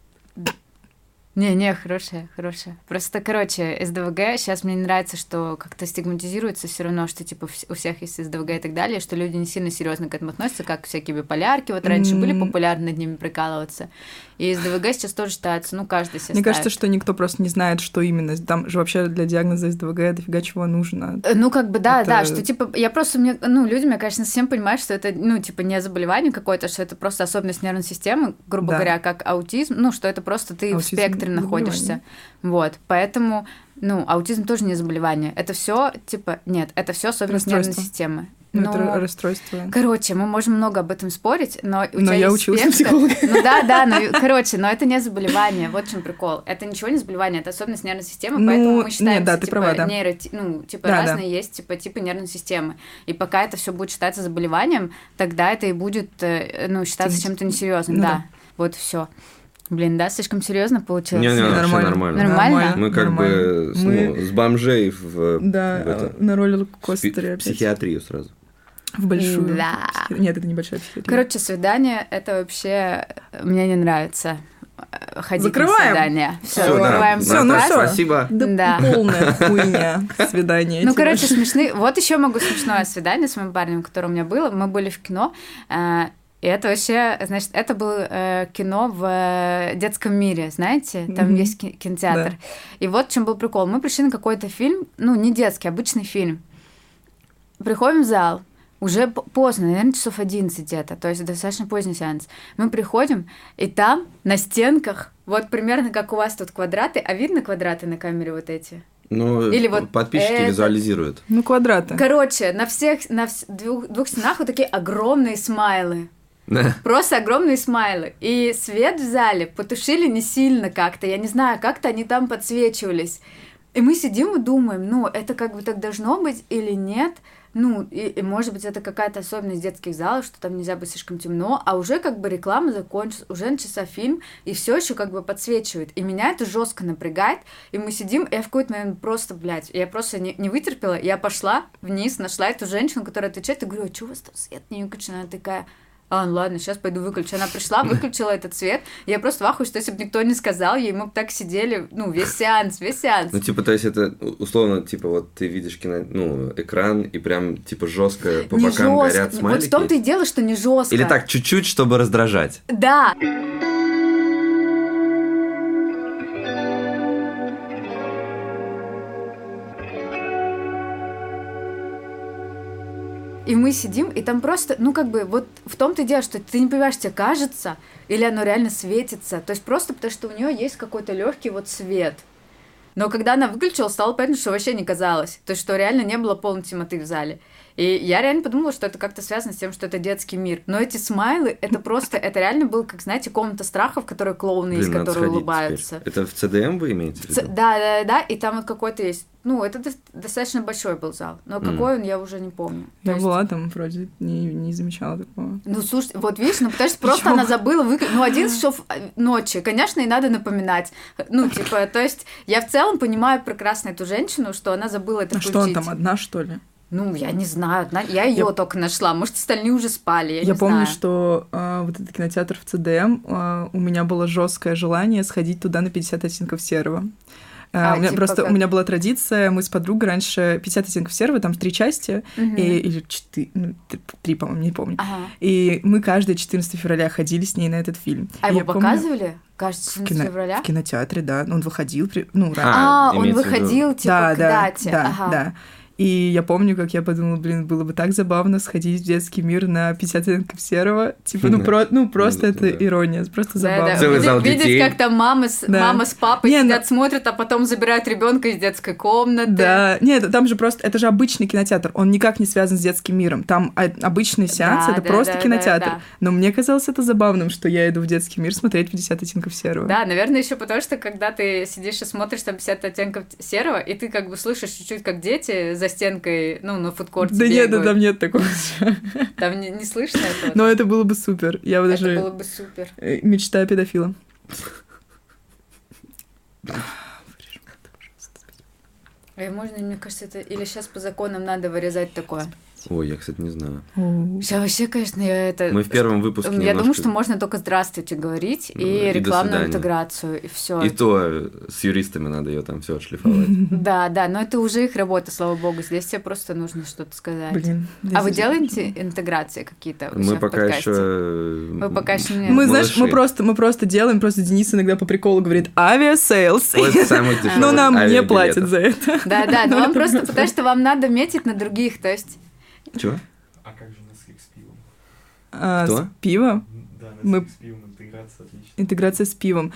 Не-не, хорошая, хорошая. Просто, короче, эс дэ вэ гэ, сейчас мне не нравится, что как-то стигматизируется все равно, что, типа, у всех есть эс дэ вэ гэ и так далее, что люди не сильно серьезно к этому относятся, как всякие биполярки, вот раньше mm-hmm. были популярны над ними прикалываться, и эс дэ вэ гэ сейчас тоже считается, ну, каждый себе Мне ставит. кажется, что никто просто не знает, что именно, там же вообще для диагноза эс дэ вэ гэ дофига чего нужно. Ну, как бы, да, это... да, что, типа, я просто, мне, ну, люди, мне, конечно, всем понимают, что это, ну, типа, не заболевание какое-то, что это просто особенность нервной системы, грубо да. говоря, как аутизм, ну, что это просто ты аутизм в спектре находишься. Вот, поэтому, ну, аутизм тоже не заболевание. Это все, типа, нет, это все особенность нервной системы. Ну, но... это расстройство. Короче, мы можем много об этом спорить, но у но тебя я есть училась спектр... на психолога. Ну да, да, но, короче, но это не заболевание, вот в чем прикол. Это ничего не заболевание, это особенность нервной системы, ну, поэтому мы считаем, нет, да, что, ты типа, права, да. нейро... ну, типа, да, разные да. есть, типа, типы нервной системы. И пока это все будет считаться заболеванием, тогда это и будет, ну, считаться чем-то несерьезным, ну, да. да. Вот все. Блин, да, слишком серьезно получилось? Не, не, нормально. вообще нормально. Нормально? Мы как нормально. бы с, Мы... ну, с бомжей в, да, в это, на роллер-костере в психиатрию сразу. В большую. Да. Психи... Нет, это небольшая психиатрия. Короче, свидание, это вообще мне не нравится. Ходить закрываем. на свидание. Все, Всё, закрываем. да. Все, ну все. Спасибо. Да, да. полная хуйня свидание. Ну, короче, смешные. Вот еще могу смешное свидание с моим парнем, которое у меня было. Мы были в кино. И это вообще, значит, это было э, кино в э, детском мире, знаете, там mm-hmm. есть кинотеатр. Да. И вот в чем был прикол. Мы пришли на какой-то фильм, ну, не детский, обычный фильм. Приходим в зал, уже поздно, наверное, часов одиннадцать где-то, то есть достаточно поздний сеанс. Мы приходим, и там на стенках, вот примерно как у вас тут квадраты, а видно квадраты на камере вот эти? Ну, или вот подписчики это... визуализируют. Ну, квадраты. Короче, на всех, на вс... двух, двух стенах вот такие огромные смайлы. Да. Просто огромные смайлы. И свет в зале потушили не сильно как-то. Я не знаю, как-то они там подсвечивались. И мы сидим и думаем, ну, это как бы так должно быть или нет. Ну, и, и может быть, это какая-то особенность детских залов, что там нельзя быть слишком темно, а уже как бы реклама закончилась, уже начался фильм, и все еще как бы подсвечивает. И меня это жестко напрягает. И мы сидим, и я в какой-то момент просто, блядь, я просто не, не вытерпела. Я пошла вниз, нашла эту женщину, которая отвечает, и говорю, а что у вас там свет не выключен? Она такая... А, ну ладно, сейчас пойду выключу. Она пришла, выключила этот свет. Я просто в ахуе, что если бы никто не сказал ей, мы бы так сидели, ну, весь сеанс, весь сеанс. Ну, типа, то есть это условно, типа, вот ты видишь кино, ну, экран, и прям, типа, жестко по не бокам жестко. горят смайлики. Вот в том-то и дело, что не жестко. Или так, чуть-чуть, чтобы раздражать. Да. И мы сидим, и там просто, ну, как бы, вот в том-то и дело, что ты не понимаешь, тебе кажется, или оно реально светится. То есть просто потому, что у нее есть какой-то легкий вот свет. Но когда она выключила, стало понятно, что вообще не казалось. То есть, что реально не было полной темноты в зале. И я реально подумала, что это как-то связано с тем, что это детский мир. Но эти смайлы, это просто, это реально был, как, знаете, комната страха, в которой клоуны есть, которые улыбаются. Теперь. Это в цэ дэ эм вы имеете в виду? Ц- да, да, да, и там вот какой-то есть, ну, это до- достаточно большой был зал, но mm. какой он, я уже не помню. Я То была есть... там, вроде, не, не замечала такого. Ну, слушай, вот видишь, ну, потому что просто она забыла выключить, ну, одиннадцать часов ночи, конечно, и надо напоминать, ну, типа, то есть я в целом понимаю прекрасно эту женщину, что она забыла это а включить. А что, она там одна, что ли? Ну, я не знаю, я ее я... только нашла, может, остальные уже спали, я, я не помню, знаю. что э, вот этот кинотеатр в цэ дэ эм, э, у меня было жесткое желание сходить туда на пятьдесят оттенков серого. А, у меня типа просто как? У меня была традиция, мы с подругой раньше пятьдесят оттенков серого, там три части, угу. и, или четыре, ну, три, по-моему, не помню. Ага. И мы каждое четырнадцатого февраля ходили с ней на этот фильм. А и его показывали? Помню, каждое четырнадцатого кино, февраля? В кинотеатре, да. Он выходил, при, ну, А, а он выходил, типа, да, к да, дате. Да, ага. да. И я помню, как я подумала, блин, было бы так забавно сходить в детский мир на пятьдесят оттенков серого. Типа, ну, про, ну просто это ирония, просто забавно. Да, да. Видеть, видеть, как там мама с, да. мама с папой не, сидят, ну... смотрят, а потом забирают ребенка из детской комнаты. Да, нет, там же просто, это же обычный кинотеатр, он никак не связан с детским миром. Там обычный сеанс, да, это да, просто да, кинотеатр. Да, да. Но мне казалось это забавным, что я иду в детский мир смотреть пятьдесят оттенков серого. Да, наверное, еще потому, что когда ты сидишь и смотришь там пятьдесят оттенков серого, и ты как бы слышишь чуть-чуть, как дети за стенкой, ну, на фудкорте да бегают. нет, да там нет такого. Там не, не слышно этого? Но это было бы супер. Я бы даже... Это было бы супер. Мечта педофила. А можно, мне кажется, это... Или сейчас по законам надо вырезать такое? Ой, я, кстати, не знаю. Сейчас вообще, конечно, я это... Мы в первом выпуске Я немножко... думаю, что можно только «здравствуйте» говорить и, и рекламную интеграцию, и все. И то с юристами надо ее там все отшлифовать. Да, да, но это уже их работа, слава богу. Здесь тебе просто нужно что-то сказать. Блин. А вы делаете интеграции какие-то? Мы пока еще... Вы пока еще не... Мы, знаешь, мы просто, мы просто делаем, просто Денис иногда по приколу говорит «авиасейлс». Но нам не платят за это. Да, да, но вам просто, потому что вам надо метить на других, то есть... Чего? А как же Netflix с пивом? А, Что? С пивом? Да, Netflix Мы... с пивом, интеграция отличная. Интеграция с пивом.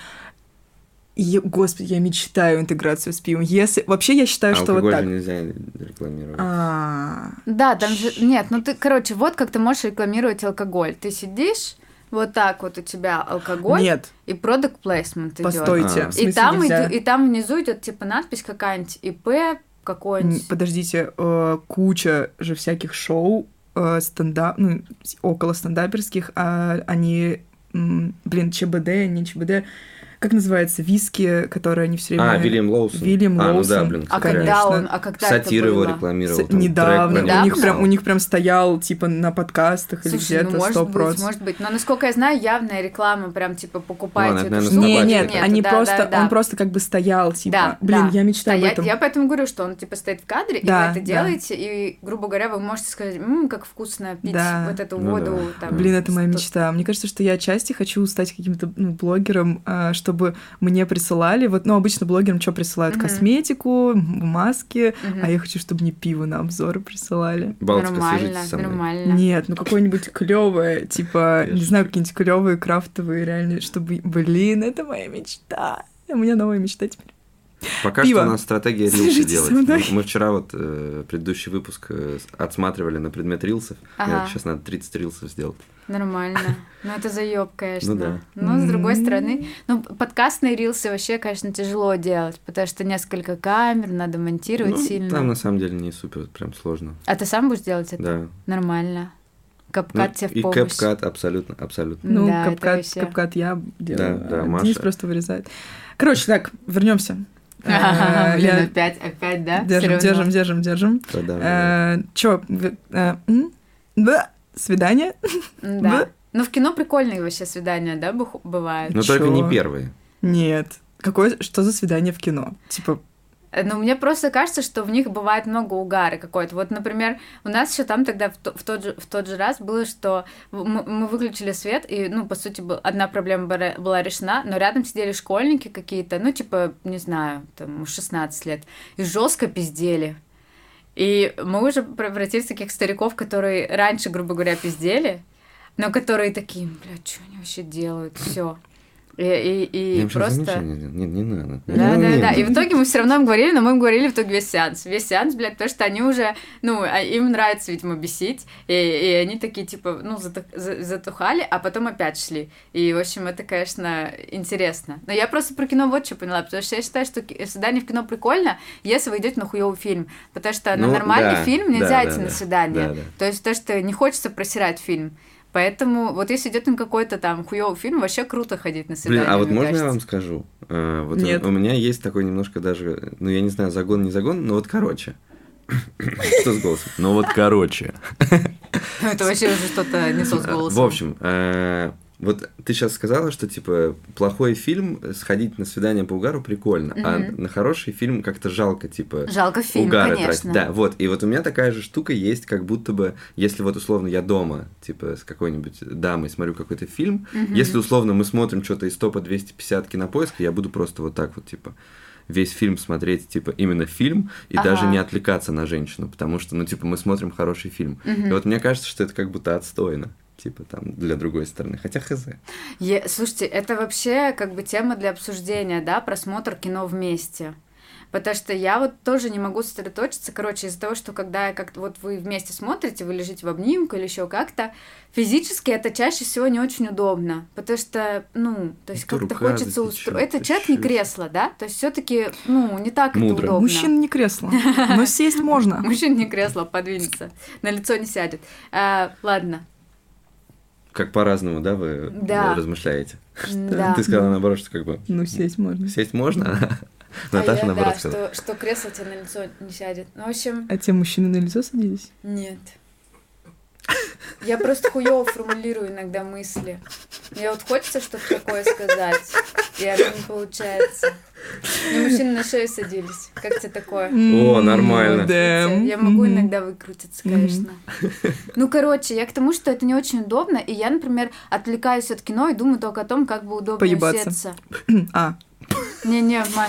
И, господи, я мечтаю интеграцию с пивом. Если... Вообще, я считаю, а что вот так. Алкоголь нельзя рекламировать. А-а-а. Да, там же... Нет, ну ты, короче, вот как ты можешь рекламировать алкоголь. Ты сидишь... Вот так вот у тебя алкоголь. Нет. И product placement идет. Постойте. А. И, там идет, и там внизу идет типа надпись какая-нибудь ИП, какой-нибудь. Подождите, э, куча же всяких шоу э, стендап, ну, около стендаперских, а они, м, блин, ЧБД, не ЧБД, как называется, виски, которые они все время... А, Вильям Лоусон. Вильям а, Лоусон. Ну да, блин, а когда он, а когда Сатир это было? его рекламировал. С... Недавно. У них, прям, у них прям стоял, типа, на подкастах. Слушай, или где-то, ну, может сто быть, процентов. может быть. Но, насколько я знаю, явная реклама, прям, типа, покупайте ну, эту штуку. Нет, нет, нет, они да, просто, да, да. он просто как бы стоял, типа, да, блин, да. я мечтаю Стоять. об этом. Я поэтому говорю, что он, типа, стоит в кадре, да, и вы это да. делаете, и, грубо говоря, вы можете сказать, ммм, как вкусно пить да. вот эту ну, воду. Да. Там, блин, это моя сто... мечта. Мне кажется, что я отчасти хочу стать каким-то ну, блогером, чтобы мне присылали, вот, ну, обычно блогерам что присылают? Uh-huh. Косметику, маски, uh-huh. а я хочу, чтобы мне пиво на обзоры присылали. Балтика, нормально, со мной. нормально. Нет, ну какое-нибудь клевое, типа, не знаю, какие-нибудь клевые крафтовые, реально, чтобы, блин, это моя мечта. У меня новая мечта теперь. Пока Пиво. что у нас стратегия рилсы делать. Мы вчера вот э, предыдущий выпуск э, отсматривали на предмет рилсов. Ага. Сейчас надо тридцать рилсов сделать. Нормально. Ну, это заёб, конечно. Ну, да. Но, с другой стороны, ну, подкастные рилсы вообще, конечно, тяжело делать, потому что несколько камер, надо монтировать ну, сильно. Там, на самом деле, не супер, прям сложно. А ты сам будешь делать это? Да. Нормально. CapCut ну, тебе в и помощь. И CapCut абсолютно, абсолютно. Ну, да, CapCut, вообще... CapCut я делаю, да, да, а Маша. Денис просто вырезает. Короче, так, вернемся. А, блин, опять, опять, да? Держим, держим, держим, держим. Чё? Свидание? Да. Ну, в кино прикольные вообще свидания, да, бывают? Но только не первые. Нет. Какое, что за свидание в кино? Типа... Ну, мне просто кажется, что в них бывает много угара какой-то. Вот, например, у нас еще там тогда в, то, в, тот, же, в тот же раз было, что мы, мы выключили свет, и, ну, по сути, одна проблема была решена, но рядом сидели школьники какие-то, ну, типа, не знаю, там, шестнадцать лет, и жестко пиздели. И мы уже превратились в таких стариков, которые раньше, грубо говоря, пиздели, но которые такие, бля, что они вообще делают, все. И, и, и я просто... Не, не, не надо. Да, не, да, не, да. не. И в итоге мы все равно им говорили, но мы им говорили в итоге весь сеанс. Весь сеанс, блядь, потому что они уже, ну, им нравится, видимо, бесить. И, и они такие, типа, ну, затухали, а потом опять шли. И, в общем, это, конечно, интересно. Но я просто про кино вот что поняла, потому что я считаю, что свидание в кино прикольно, если вы идете на хуёвый фильм. Потому что ну, на нормальный да, фильм нельзя да, идти да, на свидание. Да, да. То есть то, что не хочется просирать фильм. Поэтому вот если идет на какой-то там хуёвый фильм, вообще круто ходить на свидание. Блин, а вот можно кажется. я вам скажу? А, вот Нет. У, у меня есть такой немножко даже, ну я не знаю, загон, не загон, но вот короче. Что с голосом? Ну вот короче. Это вообще уже что-то не то с голосом. В общем, вот ты сейчас сказала, что, типа, плохой фильм, сходить на свидание по угару прикольно, mm-hmm. а на хороший фильм как-то жалко, типа, жалко фильм, угара конечно. тратить. Да, вот, и вот у меня такая же штука есть, как будто бы, если вот, условно, я дома, типа, с какой-нибудь дамой смотрю какой-то фильм, mm-hmm. если, условно, мы смотрим что-то из топа двести пятьдесят Кинопоиска, я буду просто вот так вот, типа... весь фильм смотреть, типа, именно фильм, и Ага. даже не отвлекаться на женщину, потому что, ну, типа, мы смотрим хороший фильм. Мгм. И вот мне кажется, что это как будто отстойно, типа, там, для другой стороны. Хотя хз. Е- Слушайте, это вообще как бы тема для обсуждения, да, просмотр кино вместе. Потому что я вот тоже не могу сосредоточиться, короче, из-за того, что когда как-то вот вы вместе смотрите, вы лежите в обнимку или еще как-то, физически это чаще всего не очень удобно, потому что, ну, то есть Это как-то рука хочется затечёт, устроить. Это это человек не щас. кресло, да? То есть все-таки, ну, не так Мудро. это удобно. Мужчина не кресло, но сесть можно. Мужчина не кресло, подвинется, на лицо не сядет. А, ладно. Как по-разному, да, вы Да. размышляете? Да. Ты сказала, наоборот, что как бы Ну, сесть можно. сесть можно, а А Наташа, я, наоборот, да, сказала. что, что кресло тебе на лицо не сядет. Ну, в общем, А те мужчины на лицо садились? нет. Я просто хуёво формулирую иногда мысли. Мне вот хочется что-то такое сказать, и оно не получается. Мне мужчины на шею садились. Как тебе такое? О, нормально. Да. Я могу Мгм. иногда выкрутиться, конечно. Ну, короче, я к тому, что это не очень удобно, и я, например, отвлекаюсь от кино и думаю только о том, как бы удобнее Поебаться. усесться. А, Не-не, Маш,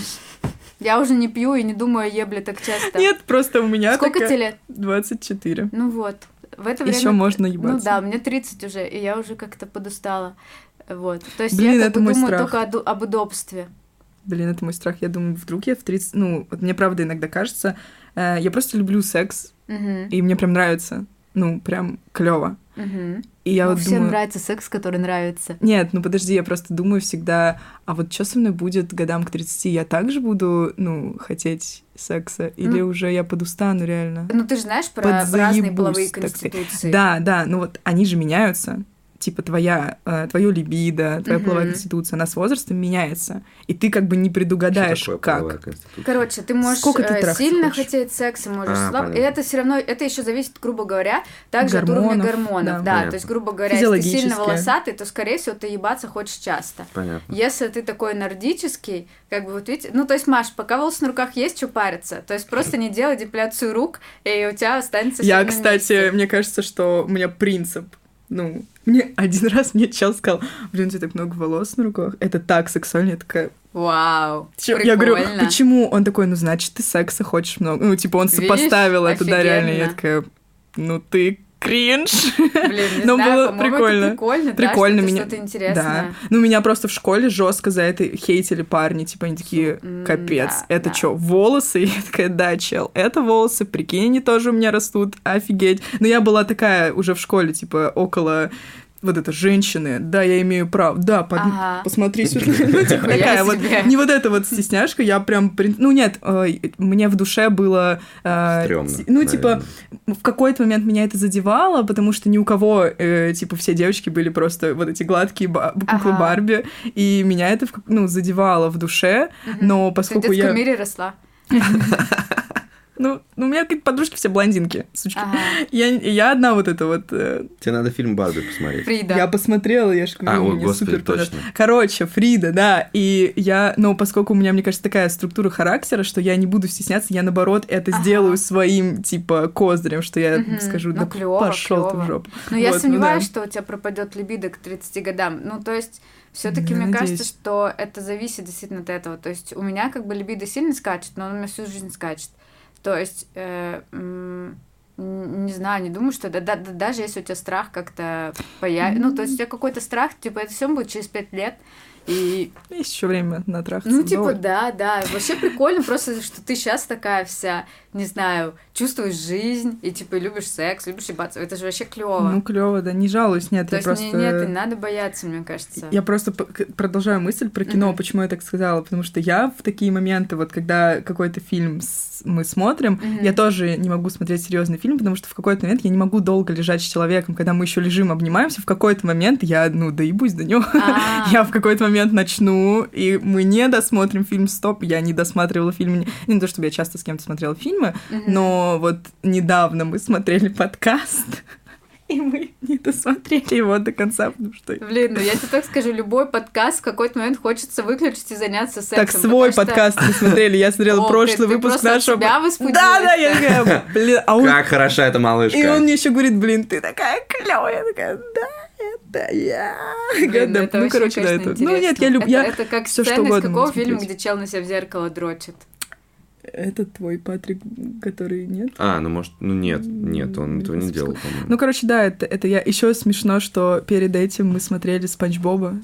я уже не пью и не думаю о ебле так часто. нет, просто у меня Сколько такая- тебе лет? двадцать четыре. Ну вот. В это Еще время... можно Ну ебаться. да, мне тридцать уже, и я уже как-то подустала. Вот. То есть Блин, я как это бы мой думаю страх. только о ду- об удобстве. Блин, это мой страх. Я думаю, вдруг я в тридцать... Ну, вот мне правда иногда кажется... э, я просто люблю секс, Мгм. и мне прям нравится. Ну, прям клево. Мгм. И я Ну, вот всем думаю... нравится секс, который нравится. Нет, ну подожди, я просто думаю всегда, а вот что со мной будет годам к тридцати? Я также буду, ну, хотеть секса? Или Ну, уже я подустану реально? Ну, ты же знаешь про разные Подзаебусь, половые так сказать. конституции. Да, да, ну вот они же меняются. Типа твоя, э, твое либидо, твоя Мгм. половая конституция, она с возрастом меняется. И ты как бы не предугадаешь, Что такое половая как. конституция? Короче, ты можешь Сколько ты э, трахаться сильно хочешь? хотеть секса, можешь А, слабо. И понятно. это все равно, это еще зависит, грубо говоря, также от уровня Гормонов, гормонов. да. Да, Понятно. то есть, грубо говоря, если ты сильно Физиологически. волосатый, то, скорее всего, ты ебаться хочешь часто. Понятно. Если ты такой нордический, как бы вот видите, ну, то есть, Маш, пока волосы на руках есть, что париться? То есть, просто не делай депиляцию рук, и у тебя останется всё Я, на кстати, месте. мне кажется, что у меня принцип. Ну, мне один раз мне чел сказал, блин, у тебя так много волос на руках. Это так сексуально. Я такая, Вау, чё? прикольно. Я говорю, почему? Он такой, ну, значит, ты секса хочешь много. Ну, типа, он Видишь? сопоставил это, да, реально. Я Офигенно. такая, ну, ты кринж. Блин, не Но знаю, было по-моему, прикольно. это прикольно, да, Прикольно что это меня. что-то интересное. Да. Ну, меня просто в школе жестко за это хейтили парни. Типа, они такие, М, капец, да, это да. что, волосы? И я такая, да, чел, это волосы, прикинь, они тоже у меня растут, офигеть. Но я была такая уже в школе, типа, около вот это женщины, да, я имею право, да, под- Ага. посмотри сюда. Ну, типа, Нихуя такая вот, себе. не вот эта вот стесняшка, я прям, прин- ну, нет, э, мне в душе было... э, Стрёмно, с- Ну, типа, наверное. в какой-то момент меня это задевало, потому что ни у кого, э, типа, все девочки были просто вот эти гладкие ба- куклы Ага. Барби, и меня это, в как- ну, задевало в душе, но Ты в поскольку детском я... мире росла. Ну, ну, у меня какие-то подружки все блондинки, сучки. Ага. Я, я одна вот эта вот... э, Тебе надо фильм Барби посмотреть. Фрида. Я посмотрела, я же говорю, А, о, мне господи, супер точно. понравилось. Короче, Фрида, да, и я, ну, поскольку у меня, мне кажется, такая структура характера, что я не буду стесняться, я, наоборот, это Ага. сделаю своим, типа, козырем, что я Мгм. скажу, Ну, да клёво, пошел ты клёво. в жопу. Но я Вот, ну сомневаюсь, да. что у тебя пропадет либидо к тридцати годам. Ну, то есть, все-таки Ну, мне надеюсь. кажется, что это зависит действительно от этого. То есть, у меня как бы либидо сильно скачет, но он у меня всю жизнь скачет. То есть, э, м, н- не знаю, не думаю, что да, да- да- даже если у тебя страх как-то появится, ну, то есть у тебя какой-то страх, типа, это все будет через пять лет, и, Есть еще время натрахаться. ну, типа, вдоволь. да, да, вообще прикольно просто, что ты сейчас такая вся, не знаю, чувствуешь жизнь, и, типа, любишь секс, любишь ебаться, это же вообще клево. Ну, клево, да, не жалуюсь, нет, То я есть, просто... не- нет, не надо бояться, мне кажется. Я просто п- к- продолжаю мысль про кино, Мгм. почему я так сказала, потому что я в такие моменты, вот когда какой-то фильм с- мы смотрим, Мгм. я тоже не могу смотреть серьезный фильм, потому что в какой-то момент я не могу долго лежать с человеком, когда мы еще лежим, обнимаемся, в какой-то момент я, ну, доебусь до него, А. я в какой-то момент начну, и мы не досмотрим фильм, стоп, я не досматривала фильм, не, не то чтобы я часто с кем-то смотрела фильмы, Мгм. но вот недавно мы смотрели подкаст, И мы не досмотрели его до конца, потому что... Блин, ну я тебе так скажу, любой подкаст в какой-то момент хочется выключить и заняться сексом. Так свой что... подкаст мы смотрели, я смотрела О, прошлый блин, выпуск ты нашего... Тебя возбудилась. Да, да, я такая, блин, а он... Как хороша эта малышка. И он мне еще говорит, блин, ты такая клёвая, я такая, да, это я. Блин, да, это ну, вообще, короче, да, конечно, это... Ну, нет, я люблю... Это, я... это как всё, сцена что из угодно какого могу фильма, смотреть. где чел на себя в зеркало дрочит? Это твой Патрик, который нет? А, ну может, ну нет, нет, он этого не делал, по-моему. Ну, короче, да, это, это я. Еще смешно, что перед этим мы смотрели Спанч Боба.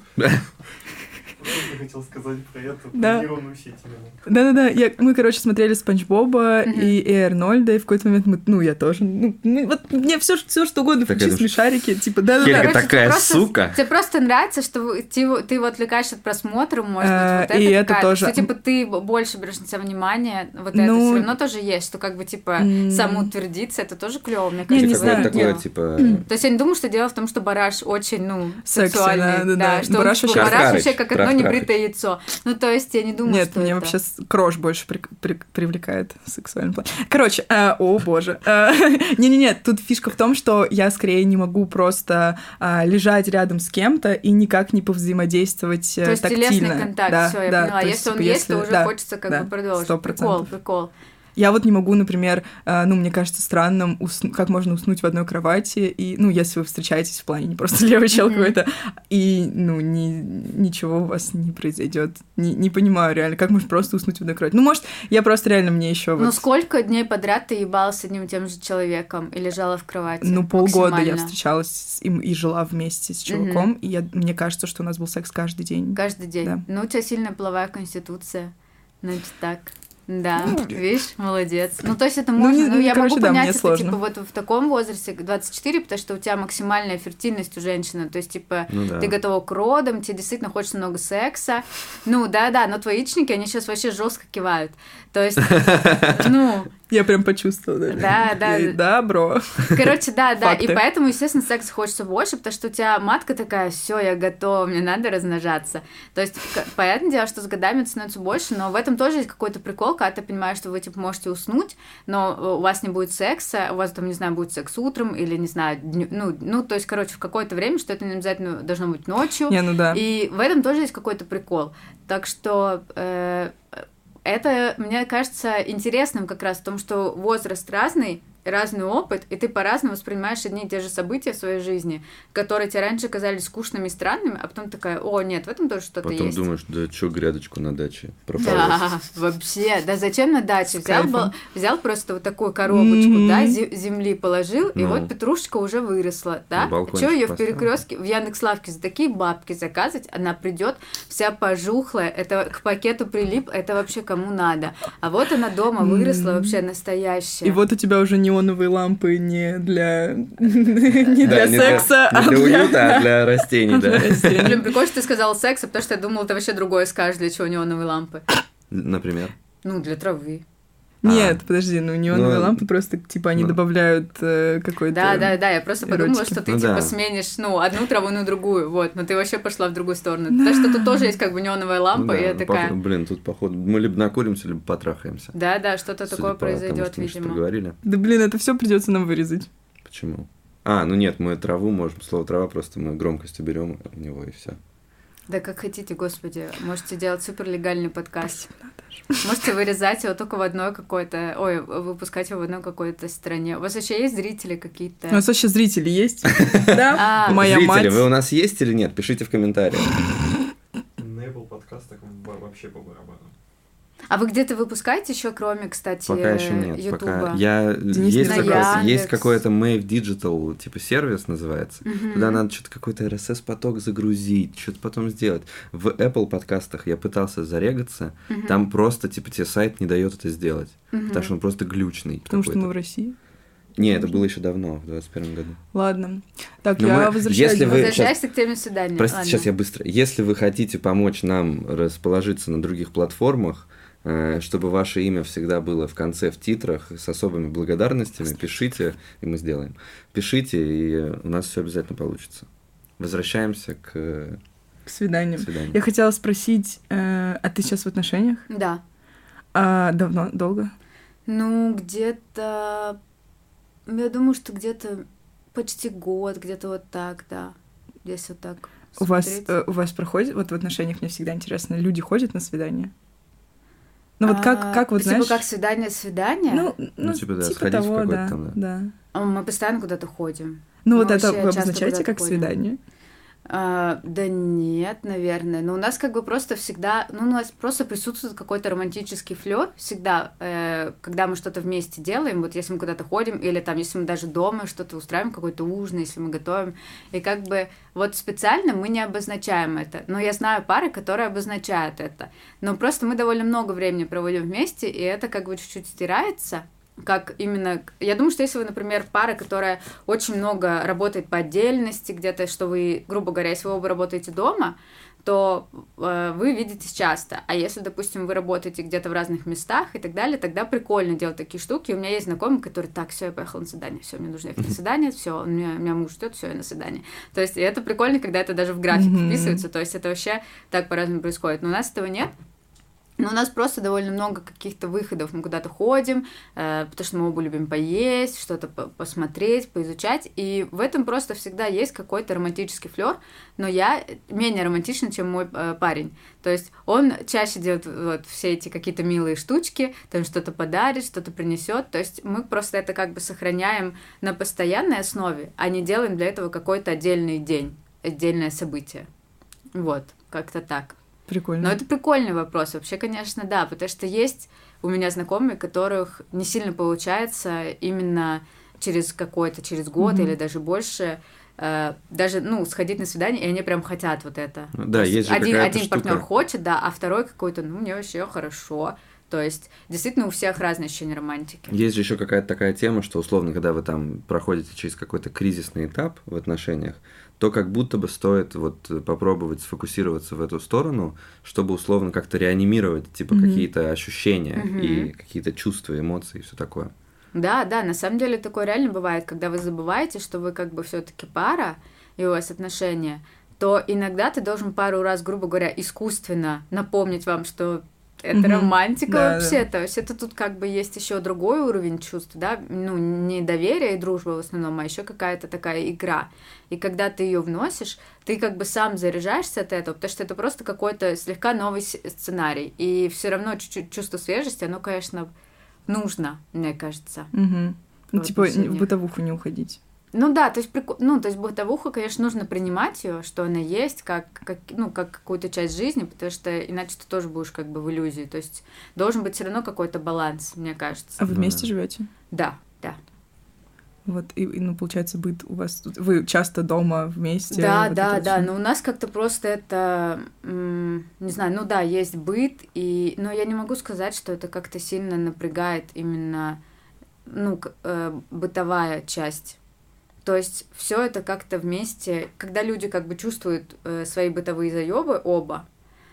Я хотел сказать про это, Да. про нейронную сеть именно. Да-да-да, я, мы, короче, смотрели Спанч Боба и, и Арнольда, и в какой-то момент мы, ну, я тоже, ну, мы- вот мне все, все что угодно, Так включи это ж- смешарики, типа, да-да-да. Хельга Короче, такая тебе просто- сука. Тебе просто нравится, что вы- ты, его- ты его отвлекаешь от просмотра, может А, быть, вот и это это какая-то, тоже. что, типа, ты больше берешь на себя внимание, вот это Ну, все равно тоже есть, что, как бы, типа, м. самоутвердиться, это тоже клево, мне Не, кажется. не в Какое-то знаю, этом такое, дело. типа... То есть я не думаю, что дело в том, что Бараш очень, ну, Секси, сексуальный. да-да-да. Что он, Бараш типа, вообще- Бараш Трах-трахач, вообще как одно трах-трахач. небритое яйцо. Ну, то есть я не думаю, Нет, что мне это... вообще с- крош больше при- при- привлекает в сексуальном плане. Короче, э, о боже. Э, Не-не-не, тут фишка в том, что я скорее не могу просто а, лежать рядом с кем-то и никак не повзаимодействовать э, То есть тактильно. телесный контакт, Да, все, я да, поняла. то Если он типа, есть, то если- уже да, хочется как да, бы продолжить. сто Прикол, процентов. прикол. Я вот не могу, например, э, ну, мне кажется странным, усну- как можно уснуть в одной кровати, и, ну, если вы встречаетесь в плане не просто левый чел Мгм. какой-то, и, ну, ни- ничего у вас не произойдет. Не, не понимаю реально, как можно просто уснуть в одной кровати. Ну, может, я просто реально мне еще вот... Ну, сколько дней подряд ты ебалась с одним и тем же человеком и лежала в кровати? Ну, полгода я Максимально. встречалась с им и жила вместе с чуваком, и я, мне кажется, что у нас был секс каждый день. Каждый день. Да. Ну, у тебя сильная половая конституция. Значит, так. Да, Ну, видишь, молодец. Ну, то есть это Ну, можно, не- ну, ну, я короче, могу да, понять мне это, сложно. типа, вот в таком возрасте, двадцать четыре, потому что у тебя максимальная фертильность у женщины, то есть, типа, Ну да. ты готова к родам, тебе действительно хочется много секса. Ну, да-да, но твои яичники, они сейчас вообще жестко кивают. То есть, ну, Я прям почувствовала даже. Да, да. И да, бро. короче, да, да, и Факты. поэтому, естественно, секса хочется больше, потому что у тебя матка такая, все, я готова, мне надо размножаться. То есть, к- понятное дело, что с годами это становится больше, но в этом тоже есть какой-то прикол, когда ты понимаешь, что вы, типа, можете уснуть, но у вас не будет секса, у вас, там, не знаю, будет секс утром или, не знаю, дню- ну, ну, то есть, короче, в какое-то время, что это не обязательно должно быть ночью. Не, ну да. И в этом тоже есть какой-то прикол. Так что э, это, мне кажется, интересным как раз в том, что возраст разный, разный опыт, и ты по-разному воспринимаешь одни и те же события в своей жизни, которые тебе раньше казались скучными и странными, а потом такая, о, нет, в этом тоже что-то Потом есть. думаешь, да чё грядочку на даче пропало. Да, вообще. Да зачем на даче? С Взял, кайфом. бы- взял просто вот такую коробочку, Мгм. да, зе- земли положил, и Ну. вот петрушечка уже выросла, да? На балкончик Что ее в поставил. перекрестке, в Яндекс.Лавке за такие бабки заказывать, она придет вся пожухлая, это к пакету прилип, это вообще кому надо. А вот она дома выросла, вообще настоящая. И вот у тебя уже неоновые лампы не для, не Да, для не секса, не а для для... уюта, а для растений, да. растений. Блин, прикольно, что ты сказала секса, потому что я думала, ты вообще другое скажешь, для чего неоновые лампы. Например. Ну, для травы. Нет, А. подожди, ну неоновые Ну, лампы просто, типа, они ну. добавляют э, какой-то... Да, да, да, я просто подумала, эротики. что ты Ну типа да. сменишь, ну, одну траву на другую, вот, но ты вообще пошла в другую сторону. Так что тут тоже есть как бы неоновая Ну лампа, да, и я ну, такая, пох- Блин, тут походу мы либо накуримся, либо потрахаемся. да, да, что-то Судя такое по тому, произойдет, что мы сейчас видимо. проговорили. Да, блин, это все придется нам вырезать. Почему? А, ну нет, мы траву можем, слово трава просто мы громкостью берем у него и все. Да как хотите, господи, можете делать супер легальный подкаст. Можете вырезать его только в одной какой-то, ой, выпускать его в одной какой-то стране. У вас вообще есть зрители какие-то? У нас вообще зрители есть? Да? А, Моя Зрители, мать. вы у нас есть или нет? Пишите в комментариях. На Apple подкастах во- вообще по барабану. А вы где-то выпускаете еще, кроме, кстати, Пока еще нет. Ютуба? Пока я Денис есть, не такой- Яндекс. есть какой-то Mave Digital типа сервис называется. Мгм. Туда надо что-то какой-то эр эс эс-поток загрузить, что-то потом сделать. В Apple подкастах я пытался зарегаться, Мгм. там просто типа тебе сайт не дает это сделать, Мгм. потому что он просто глючный. Потому что какой-то. мы в России. Не, это было еще давно, в двадцать первом году. Ладно. Так, Ну, я мы- возвращаюсь. если вы- Возвращайся к теме свидания. Простите, Ладно. сейчас я быстро. Если вы хотите помочь нам расположиться на других платформах, э, чтобы ваше имя всегда было в конце в титрах с особыми благодарностями, пишите, и мы сделаем. Пишите, и у нас все обязательно получится. Возвращаемся к э, К свиданию. свиданию. Я хотела спросить, э, а ты сейчас в отношениях? Да. А давно? Долго? Ну, где-то... Я думаю, что где-то почти год, где-то вот так, да. Здесь вот так. У вас, э, у вас проходит, вот в отношениях мне всегда интересно, люди ходят на свидание? Ну вот как, а, как вот, типа знаешь... как свидание-свидание? Ну, Ну, ну типа, да, типа сходить в того, какой-то да, там, да. да. Мы постоянно куда-то ходим. Ну Мы вот это вообще вы часто обозначаете куда-то как ходим. свидание? А, да нет, наверное. Но у нас как бы просто всегда... Ну, у нас просто присутствует какой-то романтический флёр всегда, э, когда мы что-то вместе делаем. Вот если мы куда-то ходим, или там, если мы даже дома что-то устраиваем, какой-то ужин, если мы готовим. И как бы вот специально мы не обозначаем это. Но я знаю пары, которые обозначают это. Но просто мы довольно много времени проводим вместе, и это как бы чуть-чуть стирается. Как именно... Я думаю, что если вы, например, пара, которая очень много работает по отдельности, где-то, что вы, грубо говоря, если вы оба работаете дома, то э, вы видитесь часто. А если, допустим, вы работаете где-то в разных местах и так далее, тогда прикольно делать такие штуки. У меня есть знакомый, который: так, все, я поехала на свидание, все, мне нужно ехать на свидание, все, у меня, у меня муж ждет, все, я на свидание. То есть и это прикольно, когда это даже в график Mm-hmm. вписывается, то есть это вообще так по-разному происходит. Но у нас этого нет. Но у нас просто довольно много каких-то выходов. Мы куда-то ходим, э, потому что мы оба любим поесть, что-то по- посмотреть, поизучать. И в этом просто всегда есть какой-то романтический флёр. Но я менее романтична, чем мой э, парень. То есть он чаще делает вот все эти какие-то милые штучки, там что-то подарит, что-то принесет. То есть мы просто это как бы сохраняем на постоянной основе, а не делаем для этого какой-то отдельный день, отдельное событие. Вот, как-то так. Прикольно. Но это прикольный вопрос. Вообще, конечно, да, потому что есть у меня знакомые, которых не сильно получается именно через какой-то, через год mm-hmm. или даже больше, э, даже, ну, сходить на свидание, и они прям хотят вот это. Да, есть, есть же один, какая-то один штука. партнер хочет, да, а второй какой-то, ну, мне вообще хорошо. То есть, действительно, у всех разные ощущения романтики. Есть же еще какая-то такая тема, что, условно, когда вы там проходите через какой-то кризисный этап в отношениях, то как будто бы стоит вот попробовать сфокусироваться в эту сторону, чтобы, условно, как-то реанимировать, типа, mm-hmm. какие-то ощущения mm-hmm. и какие-то чувства, эмоции и все такое. Да, да, на самом деле такое реально бывает, когда вы забываете, что вы как бы все-таки пара, и у вас отношения, то иногда ты должен пару раз, грубо говоря, искусственно напомнить вам, что это mm-hmm. романтика да, вообще-то. Да. То есть это тут как бы есть еще другой уровень чувств, да, ну, не доверие и дружба в основном, а еще какая-то такая игра. И когда ты ее вносишь, ты как бы сам заряжаешься от этого, потому что это просто какой-то слегка новый сценарий. И все равно чуть-чуть чувство свежести, оно, конечно, нужно, мне кажется. Mm-hmm. Ну, типа в бытовуху не уходить. Ну да, то есть, прик... ну, то есть бытовуха, конечно, нужно принимать ее, что она есть, как, как, ну, как какую-то часть жизни, потому что иначе ты тоже будешь как бы в иллюзии. То есть должен быть все равно какой-то баланс, мне кажется. А вы вместе живете? Да, да. Вот, и, и, ну, получается, быт у вас тут... Вы часто дома вместе? Да, вот да, да, всё? но у нас как-то просто это, м- не знаю, ну да, есть быт, и... но я не могу сказать, что это как-то сильно напрягает именно, ну, к- э, бытовая часть. То есть все это как-то вместе, когда люди как бы чувствуют э, свои бытовые заёбы оба,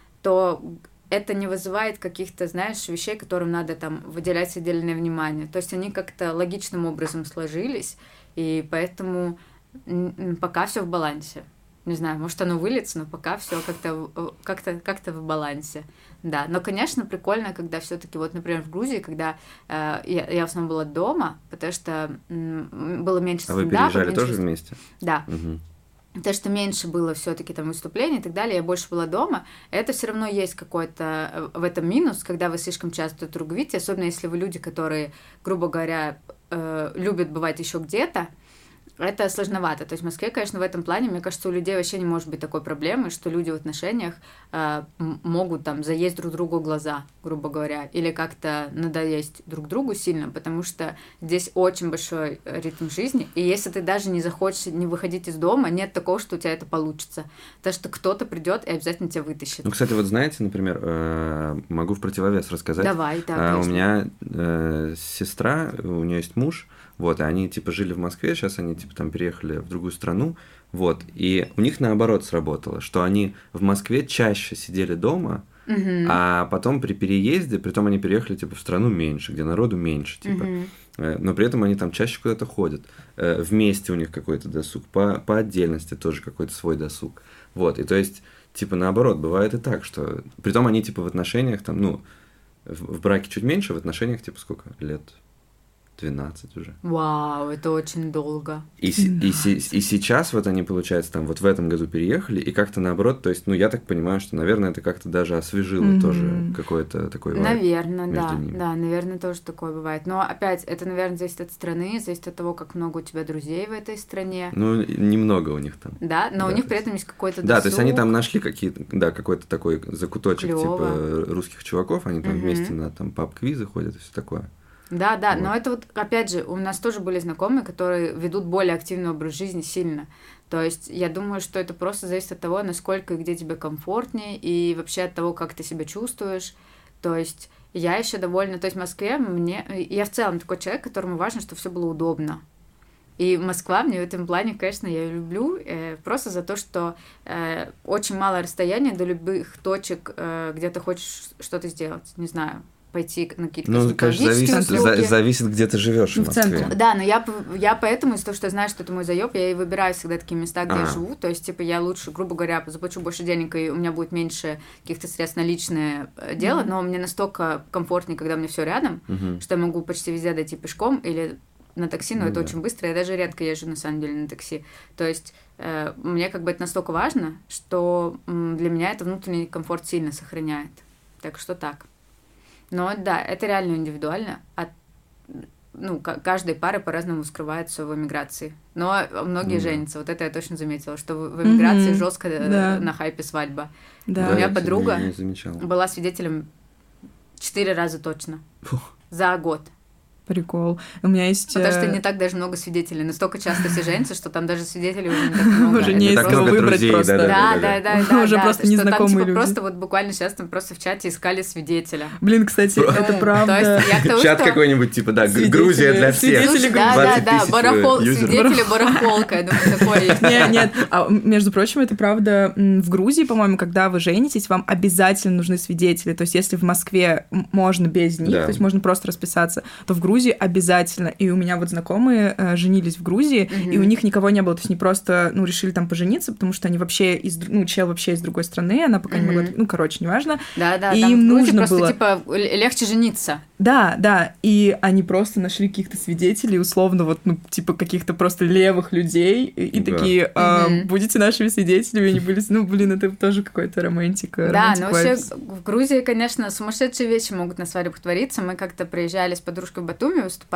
то это не вызывает каких-то, знаешь, вещей, которым надо там выделять отдельное внимание. То есть они как-то логичным образом сложились, и поэтому м- пока все в балансе. Не знаю, может, оно выльется, но пока все как-то, как-то, как-то в балансе. Да, но, конечно, прикольно, когда все-таки, вот, например, в Грузии, когда э, я, я в основном была дома, потому что м, было меньше а стендапа. А вы переезжали меньше... тоже вместе? Да. Угу. Потому что меньше было все-таки там выступлений и так далее, я больше была дома. Это все равно есть какой-то в этом минус, когда вы слишком часто друг друга видите, особенно если вы люди, которые, грубо говоря, э, любят бывать еще где-то. Это сложновато. То есть в Москве, конечно, в этом плане, мне кажется, у людей вообще не может быть такой проблемы, что люди в отношениях э, могут там заесть друг другу глаза, грубо говоря, или как-то надоесть друг другу сильно, потому что здесь очень большой ритм жизни, и если ты даже не захочешь не выходить из дома, нет такого, что у тебя это получится. Потому что кто-то придет и обязательно тебя вытащит. Ну, кстати, вот знаете, например, э, могу в противовес рассказать. Давай, да, э, У меня э, сестра, у нее есть муж, вот, и они, типа, жили в Москве, сейчас они, типа, там переехали в другую страну, вот, и у них наоборот сработало, что они в Москве чаще сидели дома, uh-huh. а потом при переезде, притом они переехали, типа, в страну меньше, где народу меньше, типа, uh-huh. но при этом они там чаще куда-то ходят, вместе у них какой-то досуг, по, по отдельности тоже какой-то свой досуг, вот, и то есть, типа, наоборот, бывает и так, что, притом они, типа, в отношениях, там, ну, в, в браке чуть меньше, в отношениях, типа, сколько лет? двенадцать уже. Вау, это очень долго. И, и, и сейчас вот они, получается, там вот в этом году переехали, и как-то наоборот, то есть, ну, я так понимаю, что, наверное, это как-то даже освежило mm-hmm. тоже какое-то такое вайб. Наверное, да, ними. да, наверное, тоже такое бывает. Но опять, это, наверное, зависит от страны, зависит от того, как много у тебя друзей в этой стране. Ну, немного у них там. Да, но да, у них есть... при этом есть какой-то досуг. Да, то есть они там нашли какие-то, да, какой-то такой закуточек, Клёво. типа русских чуваков, они там mm-hmm. вместе на там паб-квизы ходят и все такое. Да, да, вот. Но это вот, опять же, у нас тоже были знакомые, которые ведут более активный образ жизни сильно. То есть я думаю, что это просто зависит от того, насколько и где тебе комфортнее, и вообще от того, как ты себя чувствуешь. То есть я еще довольна... То есть в Москве мне... Я в целом такой человек, которому важно, чтобы все было удобно. И Москва мне в этом плане, конечно, я люблю, э, просто за то, что э, очень мало расстояния до любых точек, э, где ты хочешь что-то сделать. Не знаю, пойти на какие-то ну, конечно, зависит, за, зависит, где ты живешь в Москве. Да, но я, я поэтому, из-за того, что я знаю, что это мой заеб, я и выбираю всегда такие места, где а. я живу. То есть, типа, я лучше, грубо говоря, заплачу больше денег, и у меня будет меньше каких-то средств на личное дело, mm-hmm. но мне настолько комфортнее, когда мне все рядом, mm-hmm. что я могу почти везде дойти пешком или на такси, но mm-hmm. это очень быстро. Я даже редко езжу, на самом деле, на такси. То есть, э, мне как бы это настолько важно, что м, для меня это внутренний комфорт сильно сохраняет. Так что так. Но да, это реально индивидуально. От, ну, каждой пары по-разному скрывается в эмиграции. Но многие mm-hmm. женятся. Вот это я точно заметила, что в эмиграции mm-hmm. жестко да. на хайпе свадьба. Да. У меня да, подруга не, не была свидетелем четыре раза точно. Фух. За год. Прикол. У меня есть... Потому что не так даже много свидетелей. Настолько часто все женятся, что там даже свидетелей уже не так много. Уже не из кого выбрать просто. Да, да, да, да. Уже просто незнакомые люди. Просто вот буквально сейчас там просто в чате искали свидетеля. Блин, кстати, это правда. Чат какой-нибудь, типа, да, Грузия для всех. Да, да, да, свидетели барахолка, я думаю, такое есть. Нет, нет, между прочим, это правда. В Грузии, по-моему, когда вы женитесь, вам обязательно нужны свидетели. То есть если в Москве можно без них, то есть можно просто расписаться, то в Грузии обязательно. И у меня вот знакомые э, женились в Грузии, mm-hmm. и у них никого не было. То есть они просто, ну, решили там пожениться, потому что они вообще из... Ну, чел вообще из другой страны, она пока mm-hmm. не могла... Ну, короче, неважно. Да-да, и там им в Грузии нужно просто, было... типа, легче жениться. Да, да. И они просто нашли каких-то свидетелей, условно, вот, ну, типа, каких-то просто левых людей, и, и да. такие, э, mm-hmm. будете нашими свидетелями, они были... Ну, блин, это тоже какая-то романтика. Да, но вообще в Грузии, конечно, сумасшедшие вещи могут на свадьбах твориться. Мы как-то приезжали с подружкой в Батуми выступать,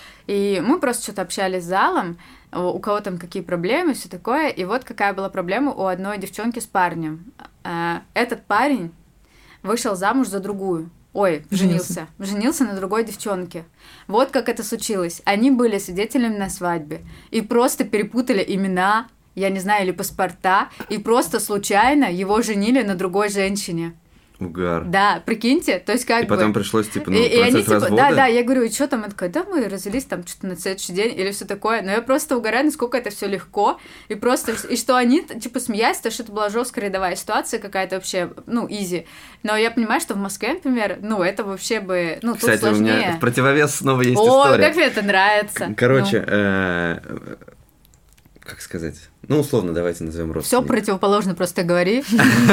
и мы просто что-то общались с залом, у кого там какие проблемы, все такое. И вот какая была проблема у одной девчонки с парнем. Этот парень вышел замуж за другую. Ой, женился. Женился, женился на другой девчонке. Вот как это случилось. Они были свидетелями на свадьбе и просто перепутали имена, я не знаю, или паспорта, и просто случайно его женили на другой женщине. Угар. Да, прикиньте, то есть как и бы... И потом пришлось, типа, ну, и, процесс и они, типа, развода. Да, да, я говорю, и что там? Она такая, да, мы развелись там что-то на следующий день или все такое. Но я просто угораю, насколько это все легко. И просто, и что они, типа, смеялись, то, что это была жесткая рядовая ситуация какая-то вообще, ну, изи. Но я понимаю, что в Москве, например, ну, это вообще бы, ну, Кстати, тут сложнее. У меня в противовес снова есть О, история. О, как мне это нравится. Короче, ну. э- как сказать? Ну, условно, давайте назовем родственника. Все противоположно, просто говори.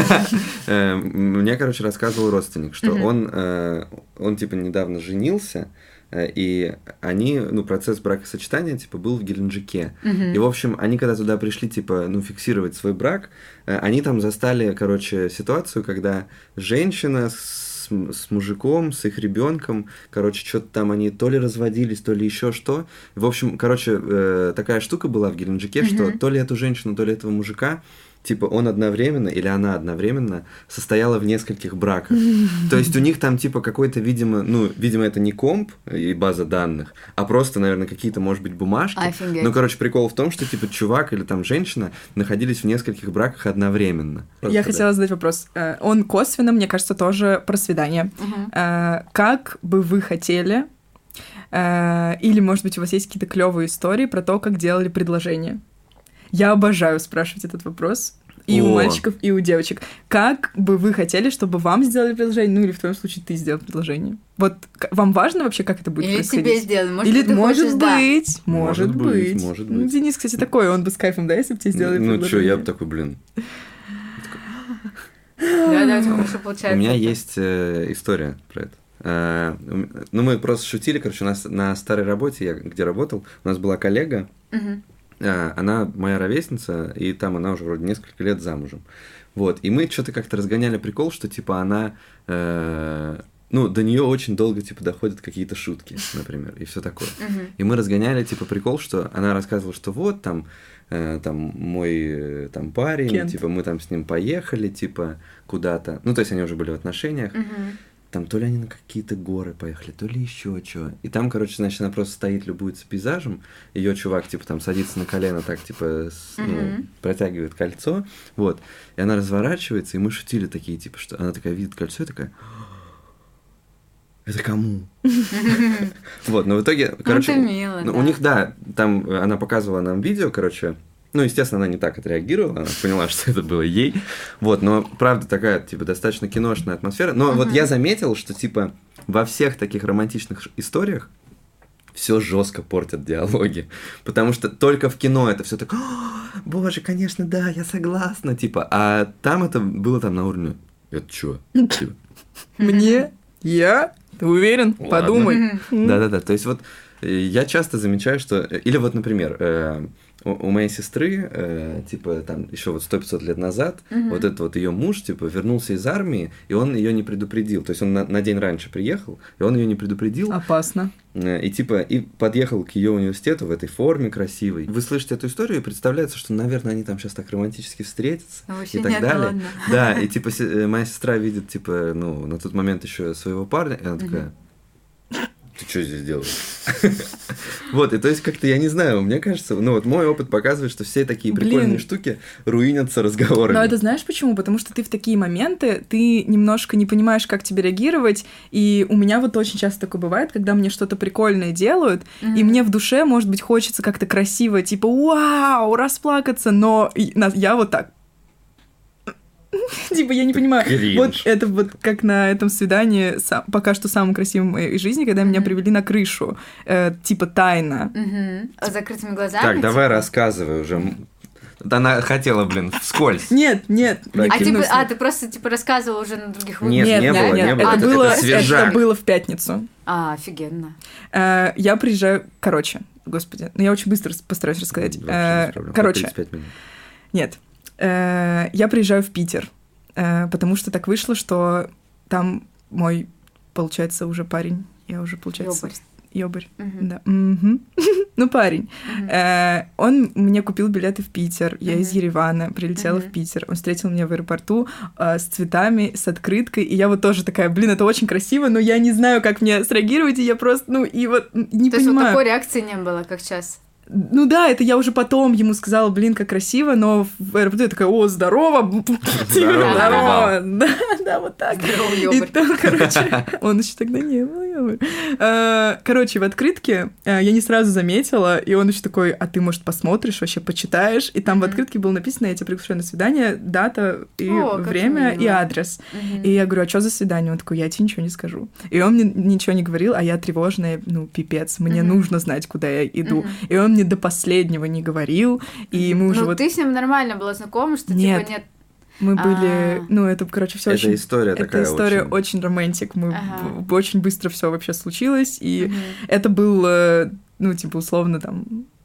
Мне, короче, рассказывал родственник, что он, он, типа, недавно женился, и они, ну, процесс бракосочетания, типа, был в Геленджике. И, в общем, они, когда туда пришли, типа, ну, фиксировать свой брак, они там застали, короче, ситуацию, когда женщина с с мужиком, с их ребенком, короче, что-то там они то ли разводились, то ли еще что. В общем, короче, э, такая штука была в Геленджике, mm-hmm. что то ли эту женщину, то ли этого мужика, типа, он одновременно, или она одновременно состояла в нескольких браках. Mm-hmm. То есть у них там, типа, какой-то, видимо, ну, видимо, это не комп и база данных, а просто, наверное, какие-то, может быть, бумажки. Офигеть. Ну, короче, прикол в том, что, типа, чувак или там женщина находились в нескольких браках одновременно. Просто, Я да. хотела задать вопрос. Он косвенно, мне кажется, тоже про свидание. Mm-hmm. Как бы вы хотели, или, может быть, у вас есть какие-то клевые истории про то, как делали предложение? Я обожаю спрашивать этот вопрос и О. у мальчиков, и у девочек. Как бы вы хотели, чтобы вам сделали предложение? Ну, или в твоем случае ты сделал предложение. Вот вам важно вообще, как это будет или происходить? Или тебе сделали. Может, или ты может хочешь, быть, да. может, может быть. быть. Может быть. Ну, Денис, кстати, такой, он бы с кайфом, да, если бы тебе сделали ну, предложение? Ну, что, я бы такой, блин... Да, да, у тебя хорошо получается. У меня есть э, история про это. э, ну, мы просто шутили, короче, у нас на старой работе, я где работал, у нас была коллега, Угу. э, она моя ровесница, и там она уже вроде несколько лет замужем. Вот, и мы что-то как-то разгоняли прикол, что, типа, она... Э, ну, до нее очень долго, типа, доходят какие-то шутки, например, и все такое. Угу. И мы разгоняли, типа, прикол, что она рассказывала, что вот, там, э, там, мой, э, там, парень, Кент. типа, мы там с ним поехали, типа, куда-то. Ну, то есть они уже были в отношениях. Угу. Там то ли они на какие-то горы поехали, то ли еще что. И там, короче, значит, она просто стоит, любуется пейзажем. Ее чувак, типа, там садится на колено, так, типа, с, ну, Мгм. протягивает кольцо. Вот. И она разворачивается, и мы шутили такие, типа, что она такая видит кольцо и такая... Это кому? Вот, но в итоге, короче, это мило, ну, да. у них, да, там она показывала нам видео, короче, ну, естественно, она не так отреагировала, она поняла, что это было ей, вот, но, правда, такая, типа, достаточно киношная атмосфера, но вот Мгм. я заметил, что, типа, во всех таких романтичных историях все жестко портят диалоги, потому что только в кино это все так, «О, боже, конечно, да, я согласна, типа, а там это было там на уровне, это чё? Типа, Мне? Я? Ты уверен? Ладно. Подумай. М. да-да-да, то есть вот э, я часто замечаю, что... Или вот, например, э, у, у моей сестры, э, типа, там, еще вот сто-пятьсот лет назад, Мгм. вот этот вот ее муж, типа, вернулся из армии, и он ее не предупредил. То есть он на, на день раньше приехал, и он ее не предупредил. Опасно. Э, И типа, и подъехал к ее университету в этой форме красивой. Вы слышите эту историю, и представляется, что, наверное, они там сейчас так романтически встретятся. Вообще и так нет, далее. ладно. Да, и типа се- э, моя сестра видит, типа, ну, на тот момент еще своего парня, и она такая, ты что здесь делаешь? Вот, и то есть как-то, я не знаю, мне кажется, ну вот мой опыт показывает, что все такие Блин. прикольные штуки руинятся разговорами. Но это знаешь почему? Потому что ты в такие моменты, ты немножко не понимаешь, как тебе реагировать, и у меня вот очень часто такое бывает, когда мне что-то прикольное делают, и Мгм. мне в душе, может быть, хочется как-то красиво, типа, вау, расплакаться, но и- на- я вот так. Типа, я не понимаю. Кринж. Вот это вот как на этом свидании, сам- пока что самым красивым в моей жизни, когда меня Мгм. привели на крышу, э, типа, тайно. Мгм. С закрытыми глазами. Так, давай типа? рассказывай уже. Да она хотела, блин, вскользь. Нет, нет, Да, не А, типа, клянусь. а, ты просто типа рассказывал уже на других Нет, выпусках? не было, не было. Это, Это- было, это свежак. это было в пятницу. А, офигенно. Э, Я приезжаю... Короче, господи, ну я очень быстро рас- постараюсь рассказать. Вообще Э, без проблем. Короче, тридцать пять минут. нет. Э, Я приезжаю в Питер, э, потому что так вышло, что там мой, получается, уже парень. Я уже, получается... Ёбарь. Ёбарь. Мгм. Да. Мгм. Ну, парень. Мгм. Э, Он мне купил билеты в Питер. Я из Мгм. Еревана прилетела Мгм. в Питер. Он встретил меня в аэропорту э, с цветами, с открыткой. И я вот тоже такая, блин, это очень красиво, но я не знаю, как мне среагировать. И я просто, ну, и вот м, не То есть вот понимаю. такой реакции не было, как сейчас. Ну да, это я уже потом ему сказала, блин, как красиво, но в аэропорту я такая, о, здорово, Здорово, здорово, да, да, вот так. Здорово, И ёбарь. там, короче, он еще тогда не был, ёбарь. Э, Короче, в открытке э, я не сразу заметила, и он еще такой, а ты, может, посмотришь, вообще почитаешь? И там в Мгм. открытке было написано, я тебя приглашаю на свидание, дата и О, как время, и мило. адрес. Мгм. И я говорю, а что за свидание? Он такой, я тебе ничего не скажу. И он мне ничего не говорил, а я тревожная, ну, пипец, мне Мгм. нужно знать, куда я иду. Мгм. И он мне до последнего не говорил, и мы уже Ну, вот... ты с ним нормально была знакома, что Нет. типа нет... Мы были... А. Ну, это, короче, все Это очень... история Это такая история очень- очень романтик. Мы Ага. б- очень быстро все вообще случилось, и Мгм. это был, э, ну, типа, условно, там,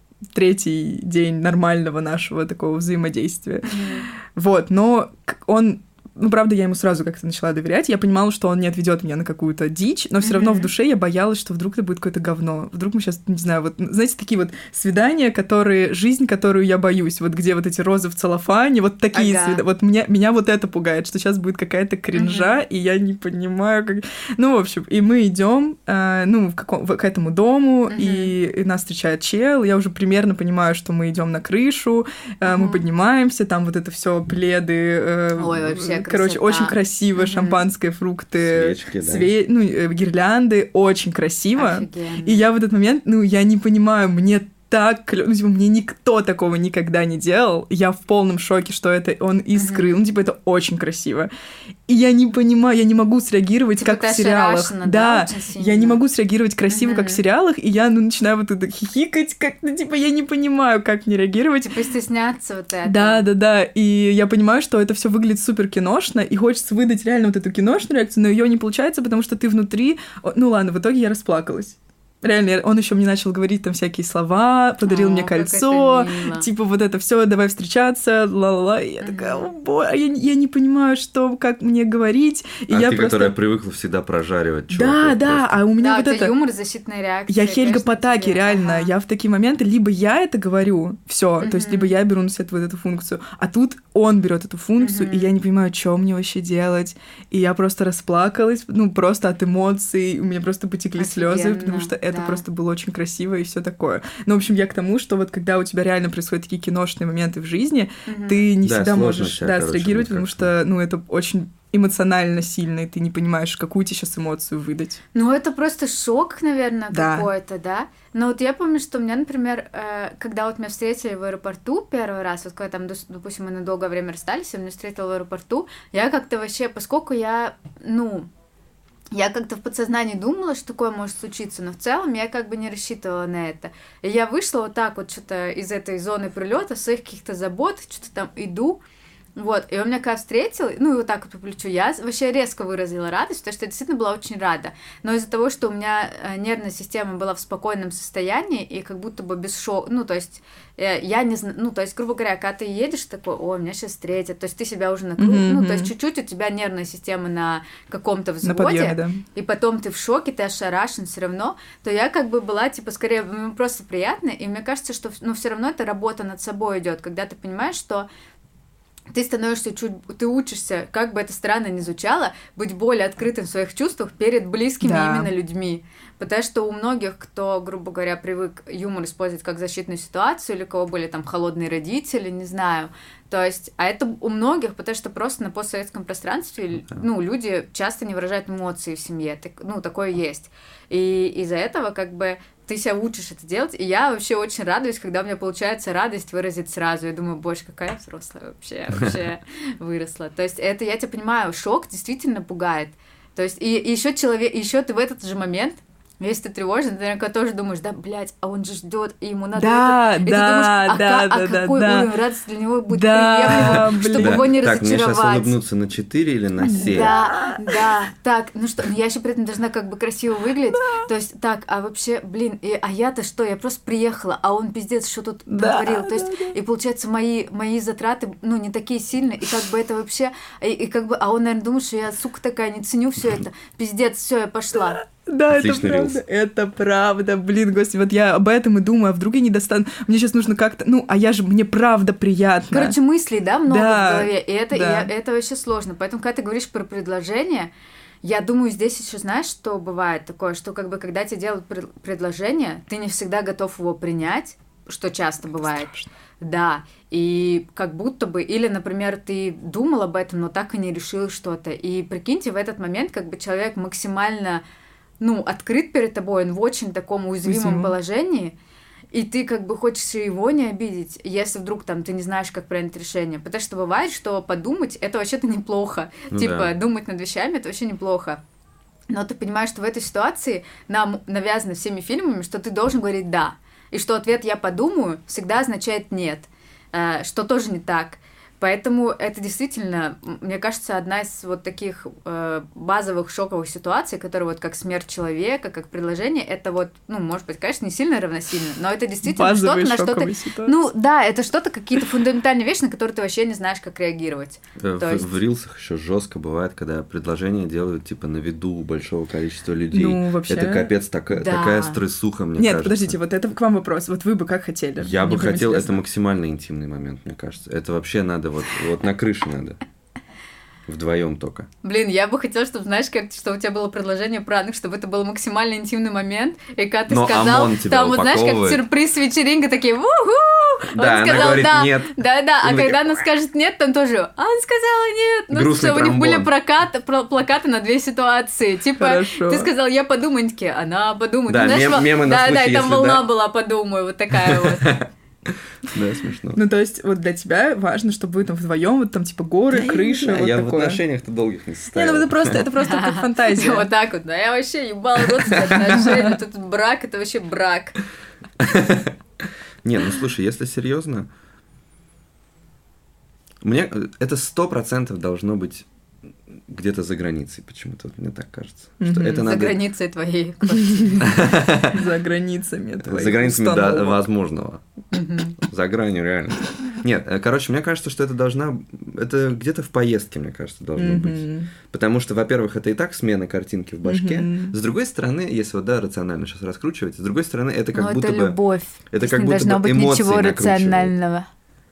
третий день нормального нашего такого взаимодействия. Мгм. Вот, но к- он... Ну, правда, я ему сразу как-то начала доверять. Я понимала, что он не отведет меня на какую-то дичь, но все равно Мгм. в душе я боялась, что вдруг это будет какое-то говно. Вдруг мы сейчас, не знаю, вот, знаете, такие вот свидания, которые... Жизнь, которую я боюсь. Вот где вот эти розы в целлофане, вот такие Ага. свидания. Вот меня, меня вот это пугает, что сейчас будет какая-то кринжа, и я не понимаю, как... Ну, в общем, и мы идем, э, ну, в каком, в- к этому дому, Мгм. и, и нас встречает чел. Я уже примерно понимаю, что мы идем на крышу, э, мы Мгм. поднимаемся, там вот это все пледы. э, Ой, вообще короче, красота. очень красиво, Мгм. шампанское, фрукты, Свечки, да. све- ну, э, гирлянды, очень красиво. Офигенно. И я в этот момент, ну, я не понимаю, мне так клёво. Ну, типа, мне никто такого никогда не делал. Я в полном шоке, что это он и скрыл. Mm-hmm. Ну, типа, это очень красиво. И я не понимаю, я не могу среагировать, типа, как в сериалах. Рашена, да, да я не могу среагировать красиво, mm-hmm. как в сериалах, и я ну, начинаю вот это хихикать, как ну, типа, я не понимаю, как мне реагировать. Типа, стесняться вот это. Да, да, да. И я понимаю, что это все выглядит супер киношно, и хочется выдать реально вот эту киношную реакцию, но ее не получается, потому что ты внутри... Ну ладно, в итоге я расплакалась. Реально, он еще мне начал говорить там всякие слова, подарил О, мне кольцо, типа вот это все, давай встречаться, ла-ла-ла. И я mm-hmm. такая, о, боже, я, я не понимаю, что, как мне говорить. И а я ты, просто... которая привыкла всегда прожаривать чуваков. Да, да, просто. а у меня да, вот это... это... юмор, защитная реакция. Я Хельга Потаки, реально. Ага. Я в такие моменты, либо я это говорю, все, mm-hmm. то есть либо я беру на себя вот эту функцию, а тут он берет эту функцию, mm-hmm. и я не понимаю, что мне вообще делать. И я просто расплакалась, ну, просто от эмоций, у меня просто потекли Офигенно, слезы, потому что это да. просто было очень красиво и все такое. Ну, в общем, я к тому, что вот когда у тебя реально происходят такие киношные моменты в жизни, mm-hmm. ты не да, всегда можешь себя, да, короче, среагировать, потому что, ну, это очень эмоционально сильно, и ты не понимаешь, какую тебе сейчас эмоцию выдать. Ну, это просто шок, наверное, да. какой-то, да? Но вот я помню, что у меня, например, когда вот меня встретили в аэропорту первый раз, вот когда там, допустим, мы на долгое время расстались, и меня встретил в аэропорту, я как-то вообще, поскольку я, ну... Я как-то в подсознании думала, что такое может случиться, но в целом я как бы не рассчитывала на это. И я вышла вот так вот что-то из этой зоны прилета, своих каких-то забот, что-то там иду, вот, и он меня когда встретил, ну и вот так вот по плечу, я вообще резко выразила радость, потому что я действительно была очень рада, но из-за того, что у меня нервная система была в спокойном состоянии и как будто бы без шока, ну то есть я не знаю, ну то есть, грубо говоря, когда ты едешь такой, о, меня сейчас встретят, то есть ты себя уже накрыл, mm-hmm. ну то есть чуть-чуть у тебя нервная система на каком-то взводе, на подъеме, да. И потом ты в шоке, ты ошарашен все равно, то я как бы была, типа, скорее, просто приятно, и мне кажется, что, ну, все равно эта работа над собой идет, когда ты понимаешь, что ты становишься чуть... Ты учишься, как бы это странно ни звучало, быть более открытым в своих чувствах перед близкими да. именно людьми. Потому что у многих, кто, грубо говоря, привык юмор использовать как защитную ситуацию, или у кого были там холодные родители, не знаю. То есть, а это у многих, потому что просто на постсоветском пространстве, ну, люди часто не выражают эмоции в семье. Ну, такое есть. И из-за этого, как бы, ты себя учишь это делать, и я вообще очень радуюсь, когда у меня получается радость выразить сразу. Я думаю, боже, какая я взрослая вообще, вообще выросла. То есть это, я тебя понимаю, шок действительно пугает. То есть и, и еще человек, еще ты в этот же момент, если ты тревожен, ты, наверное, тоже думаешь, да, блядь, а он же ждет, и ему надо да, это. И да, ты думаешь, а, да, а, да, а да, какой да. уровень радости для него будет да, приемлемым, чтобы да. его не так, разочаровать. Так, мне сейчас улыбнуться на четыре или на семь? Да, да, так, ну что, я еще при этом должна как бы красиво выглядеть, да. То есть, так, а вообще, блин, и, а я-то что, я просто приехала, а он пиздец, что тут да, натворил, то есть, да, да. И получается, мои, мои затраты, ну, не такие сильные, и как бы это вообще, и, и как бы, а он, наверное, думает, что я, сука такая, не ценю все это, пиздец, все, я пошла. Да, отличный это правда, рилс. Это правда, блин, господи, вот я об этом и думаю, а вдруг я не достану, мне сейчас нужно как-то, ну, а я же, мне правда приятно. Короче, мыслей, да, много да, в голове, и это, да. и это вообще сложно, поэтому, когда ты говоришь про предложение, я думаю, здесь еще, знаешь, что бывает такое, что как бы, когда тебе делают предложение, ты не всегда готов его принять, что часто бывает. Страшно. Да, и как будто бы, или, например, ты думал об этом, но так и не решил что-то, и прикиньте, в этот момент как бы человек максимально... ну, открыт перед тобой, он в очень таком уязвимом Уязвим. положении, и ты как бы хочешь его не обидеть, если вдруг там ты не знаешь, как принять решение. Потому что бывает, что подумать — это вообще-то неплохо. Ну, типа, да. Думать над вещами — это вообще неплохо. Но ты понимаешь, что в этой ситуации нам навязано всеми фильмами, что ты должен говорить «да», и что ответ «я подумаю» всегда означает «нет», что тоже не так. Поэтому это действительно, мне кажется, одна из вот таких э, базовых шоковых ситуаций, которые вот как смерть человека, как предложение, это вот, ну, может быть, конечно, не сильно равносильно, но это действительно базовые что-то, на что ты... Ситуации. Ну, да, это что-то, какие-то фундаментальные вещи, на которые ты вообще не знаешь, как реагировать. В, То есть... в рилсах еще жестко бывает, когда предложения делают, типа, на виду у большого количества людей. Ну, вообще... Это капец, так, да. такая стрессуха, мне Нет, кажется. Нет, подождите, вот это к вам вопрос. Вот вы бы как хотели? Я мне бы хотел, интересно. Это максимально интимный момент, мне кажется. Это вообще надо вот, вот на крыше надо. Вдвоем только. Блин, я бы хотела, чтобы, знаешь, как, что у тебя было предложение пранк, чтобы это был максимально интимный момент, и когда ты Но сказал, ОМОН тебя там, вот, знаешь, как упаковывает. сюрприз вечеринка, такие, уху, Да, он она сказал говорит да. нет. Да-да, а Он когда такой, она скажет нет, там тоже она сказала нет. Ну, грустный что у них были тромбон. прокаты, про- плакаты на две ситуации. Типа, Хорошо. ты сказал, я подумаю, они такие, она подумает. Да, Ну, знаешь, мем- во- мемы на да, да, случай, и там если волна да. была, подумаю, вот такая вот. Да, смешно. Ну, то есть, вот для тебя важно, чтобы вы там вдвоем, вот там, типа, горы, Да, крыша, я, вот я в такое. отношениях-то долгих не Не, состоял. ну это просто, это просто как фантазия. Вот так вот, да, я вообще ебал родственные отношения, тут брак, это вообще брак. Не, ну слушай, если серьезно, мне это сто процентов должно быть где-то за границей, почему-то вот мне так кажется. Что Мгм. это За надо... границей твоей квартиры. За границами твоих За границами да, установок. возможного. За гранью реально. Нет, э, короче, мне кажется, что это должна... Это где-то в поездке, мне кажется, должно быть. Мгм. Потому что, во-первых, это и так смена картинки в башке. Мгм. С другой стороны, если вот, да, рационально сейчас раскручивать, с другой стороны, это как Ну, будто это бы... любовь. Это Здесь как не будто должно бы быть эмоции ничего накручивает. рационального.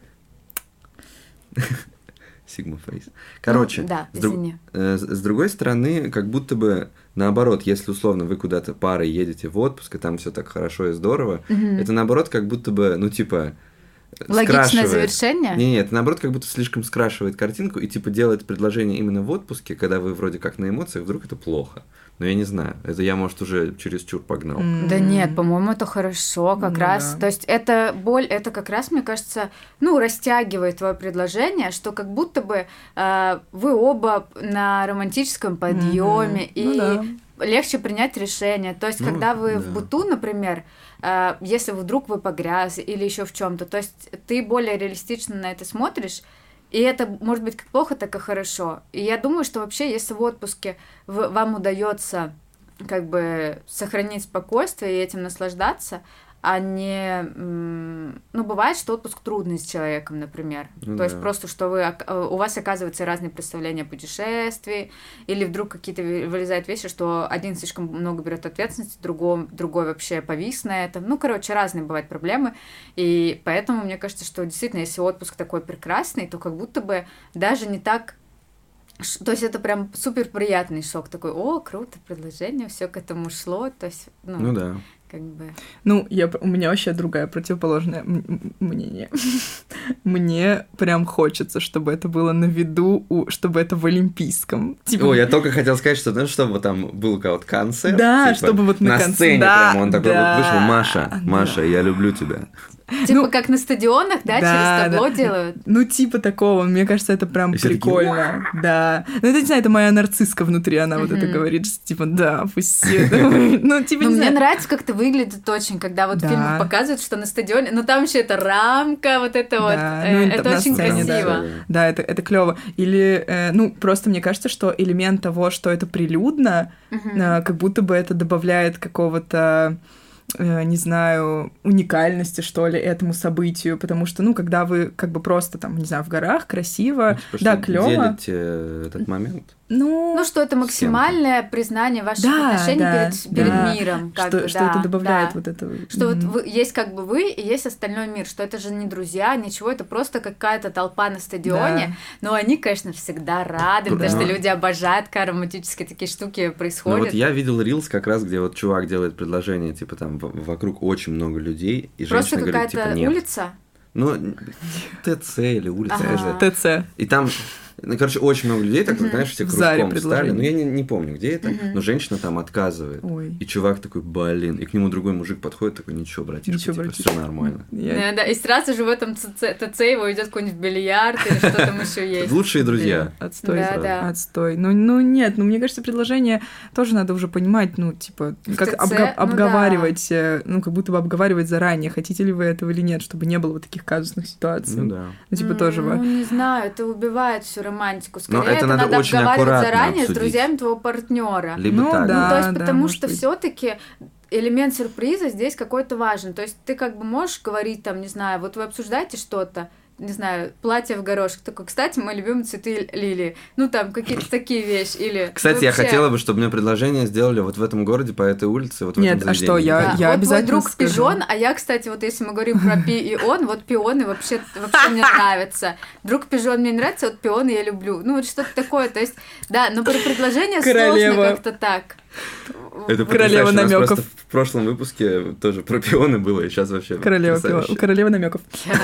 Сигма фейс. Короче, Ну, да, с, друг- извини. э, с с другой стороны, как будто бы наоборот, если условно вы куда-то парой едете в отпуск, и там все так хорошо и здорово, Мгм. это наоборот как будто бы, ну типа, Логичное скрашивает. завершение? Не, не, это наоборот как будто слишком скрашивает картинку и типа делает предложение именно в отпуске, когда вы вроде как на эмоциях, вдруг это плохо. Но я не знаю, это я, может, уже чересчур погнал. М. Да нет, по-моему, это хорошо как Ну раз. да. То есть это боль, это как раз, мне кажется, ну, растягивает твое предложение, что как будто бы э, вы оба на романтическом подъеме, Мгм. и Ну да. легче принять решение. То есть, Ну, когда вы да. в быту, например, э, если вдруг вы погрязли или еще в чем-то, то есть ты более реалистично на это смотришь, и это может быть как плохо, так и хорошо. И я думаю, что вообще, если в отпуске в- вам удается как бы сохранить спокойствие и этим наслаждаться, а не... м, Ну, бывает, что отпуск трудный с человеком, например. Ну То есть да. просто, что вы, ок- э, у вас оказываются разные представления о путешествии, или вдруг какие-то ви- вылезают вещи, что один слишком много берет ответственности, другой, другой вообще повис на этом. Ну, короче, разные бывают проблемы. И поэтому мне кажется, что действительно, если отпуск такой прекрасный, то как будто бы даже не так... ш- То есть это прям супер приятный шок. Такой, о, круто, предложение, все к этому шло. То есть, ну, Ну да. как бы... Ну, я, у меня вообще другая, противоположное м- м- мнение. Мне прям хочется, чтобы это было на виду, у- чтобы это в Олимпийском. Типа, О, я только хотел сказать, что, знаешь, чтобы там был кого-то концерт. Да, типа, чтобы вот на на конце- сцене да, прям он такой да, вышел, Маша, да. Маша, я люблю тебя. Типа Ну, как на стадионах, да, да, через табло да. делают? Ну, типа такого, мне кажется, это прям И все такие, прикольно. Да. Ну, это, не знаю, это моя нарцисска внутри, она вот это Мгм. говорит, что, типа, да, пусть все это... Ну, типа, Ну, не мне знаю. нравится, как это выглядит очень, когда вот в Да. фильмах показывают, что на стадионе, ну там еще это рамка, вот это вот, Да, э, ну, и это на очень сцене, да. красиво. Да, это, это клево. Или, э, ну, просто мне кажется, что элемент того, что это прилюдно, Мгм. э, как будто бы это добавляет какого-то, э, не знаю, уникальности, что ли, этому событию, потому что, ну, когда вы как бы просто там, не знаю, в горах, красиво, Ну, типа, да, что клево. делите этот момент. Ну, Ну, что это максимальное признание ваших Да, отношений да, перед, перед да. миром. Как что, бы, что да, это добавляет да. вот это. Что вот Мгм. вы, есть как бы вы и есть остальной мир, что это же не друзья, ничего, это просто какая-то толпа на стадионе, но они, конечно, всегда рады, Да. потому что люди обожают, когда романтические такие штуки Ну происходят. вот я видел рилс как раз, где вот чувак делает предложение, типа там в- вокруг очень много людей, и Просто женщина говорит, какая-то типа, нет. улица. Ну, ТЦ или улица, Ага. я не знаю. ТЦ. И там, ну, короче, очень много людей, так, Мгм. знаешь, все В Заре кружком стали. предложение. Ну, я не, не помню, где это, Мгм. но женщина там отказывает. Ой. И чувак такой, блин, и к нему другой мужик подходит, такой, ничего, братишка, Ничего, типа, братишка. все нормально. Я- Да, да, и сразу же в этом ТЦ, ТЦ его идет какой-нибудь бильярд или что там еще есть. Лучшие друзья. Отстой. Да, да. Отстой. Ну, ну нет, ну мне кажется, предложение тоже надо уже понимать, ну, типа, В как ТЦ, обга- ну обговаривать, э, ну, как будто бы обговаривать заранее, хотите ли вы этого или нет, чтобы не было вот таких казусных ситуаций. Ну да. Ну, типа, М, тоже Ну, вы. не знаю, это убивает всю романтику. Но Скорее, это это, надо надо, очень обговаривать аккуратно заранее обсудить. с друзьями твоего партнера. Либо Ну так. да. Ну, то есть, потому может что быть. все-таки элемент сюрприза здесь какой-то важен. То есть, ты как бы можешь говорить, там, не знаю, вот вы обсуждаете что-то, не знаю, платье в горошек. Такой, кстати, мои любимые цветы лилии. Ну, там, какие-то такие вещи. Или Кстати, я вообще- хотела бы, чтобы мне предложение сделали вот в этом городе, по этой улице, вот в Нет, этом а что, заведении. я- Да. я вот обязательно твой друг скажу. пижон, а я, кстати, вот если мы говорим про пи и он, вот пионы вообще, вообще мне нравятся. Друг пижон мне нравится, вот пионы я люблю. Ну, вот что-то такое, то есть, да, но при предложении Королева. сложно как-то так. Это королева намеков. Просто в прошлом выпуске тоже про пионы было, и сейчас вообще королева, пион, королева намеков.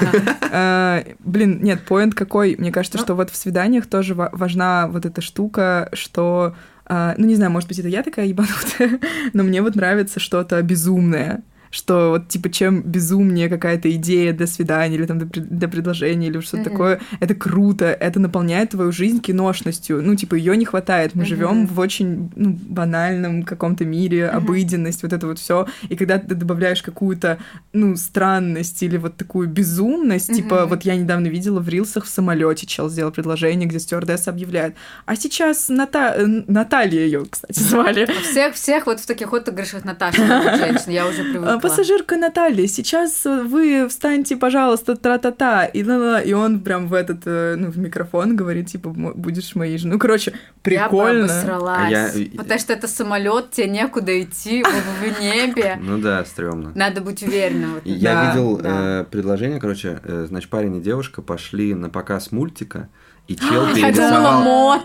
а, блин, нет, поинт какой. Мне кажется, что вот в свиданиях тоже важна вот эта штука, что, а, ну не знаю, может быть, это я такая ебанутая, но мне вот нравится что-то безумное. Что вот, типа, чем безумнее какая-то идея для свидания или там для предложения или что-то mm-hmm. такое, это круто, это наполняет твою жизнь киношностью. Ну, типа, ее не хватает. Мы mm-hmm. живем в очень ну, банальном каком-то мире, mm-hmm. обыденность, вот это вот все. И когда ты добавляешь какую-то, ну, странность или вот такую безумность, mm-hmm. типа, вот я недавно видела в рилсах в самолете чел сделал предложение, где стюардесса объявляет, а сейчас Ната... Наталья ее, кстати, звали. Всех, всех вот в таких отыгрышах Наташа, женщин, я уже привыкла. Пассажирка Наталья, сейчас вы встаньте, пожалуйста, тра-та-та. И, и он прям в этот, ну, в микрофон говорит, типа, будешь моей женой. Ну, короче, прикольно. Я бы обосралась, я... потому что это самолет, тебе некуда идти, вы в небе. Ну да, стрёмно. Надо быть уверенным. Я видел предложение, короче, значит, парень и девушка пошли на показ мультика, и чел перерисовал...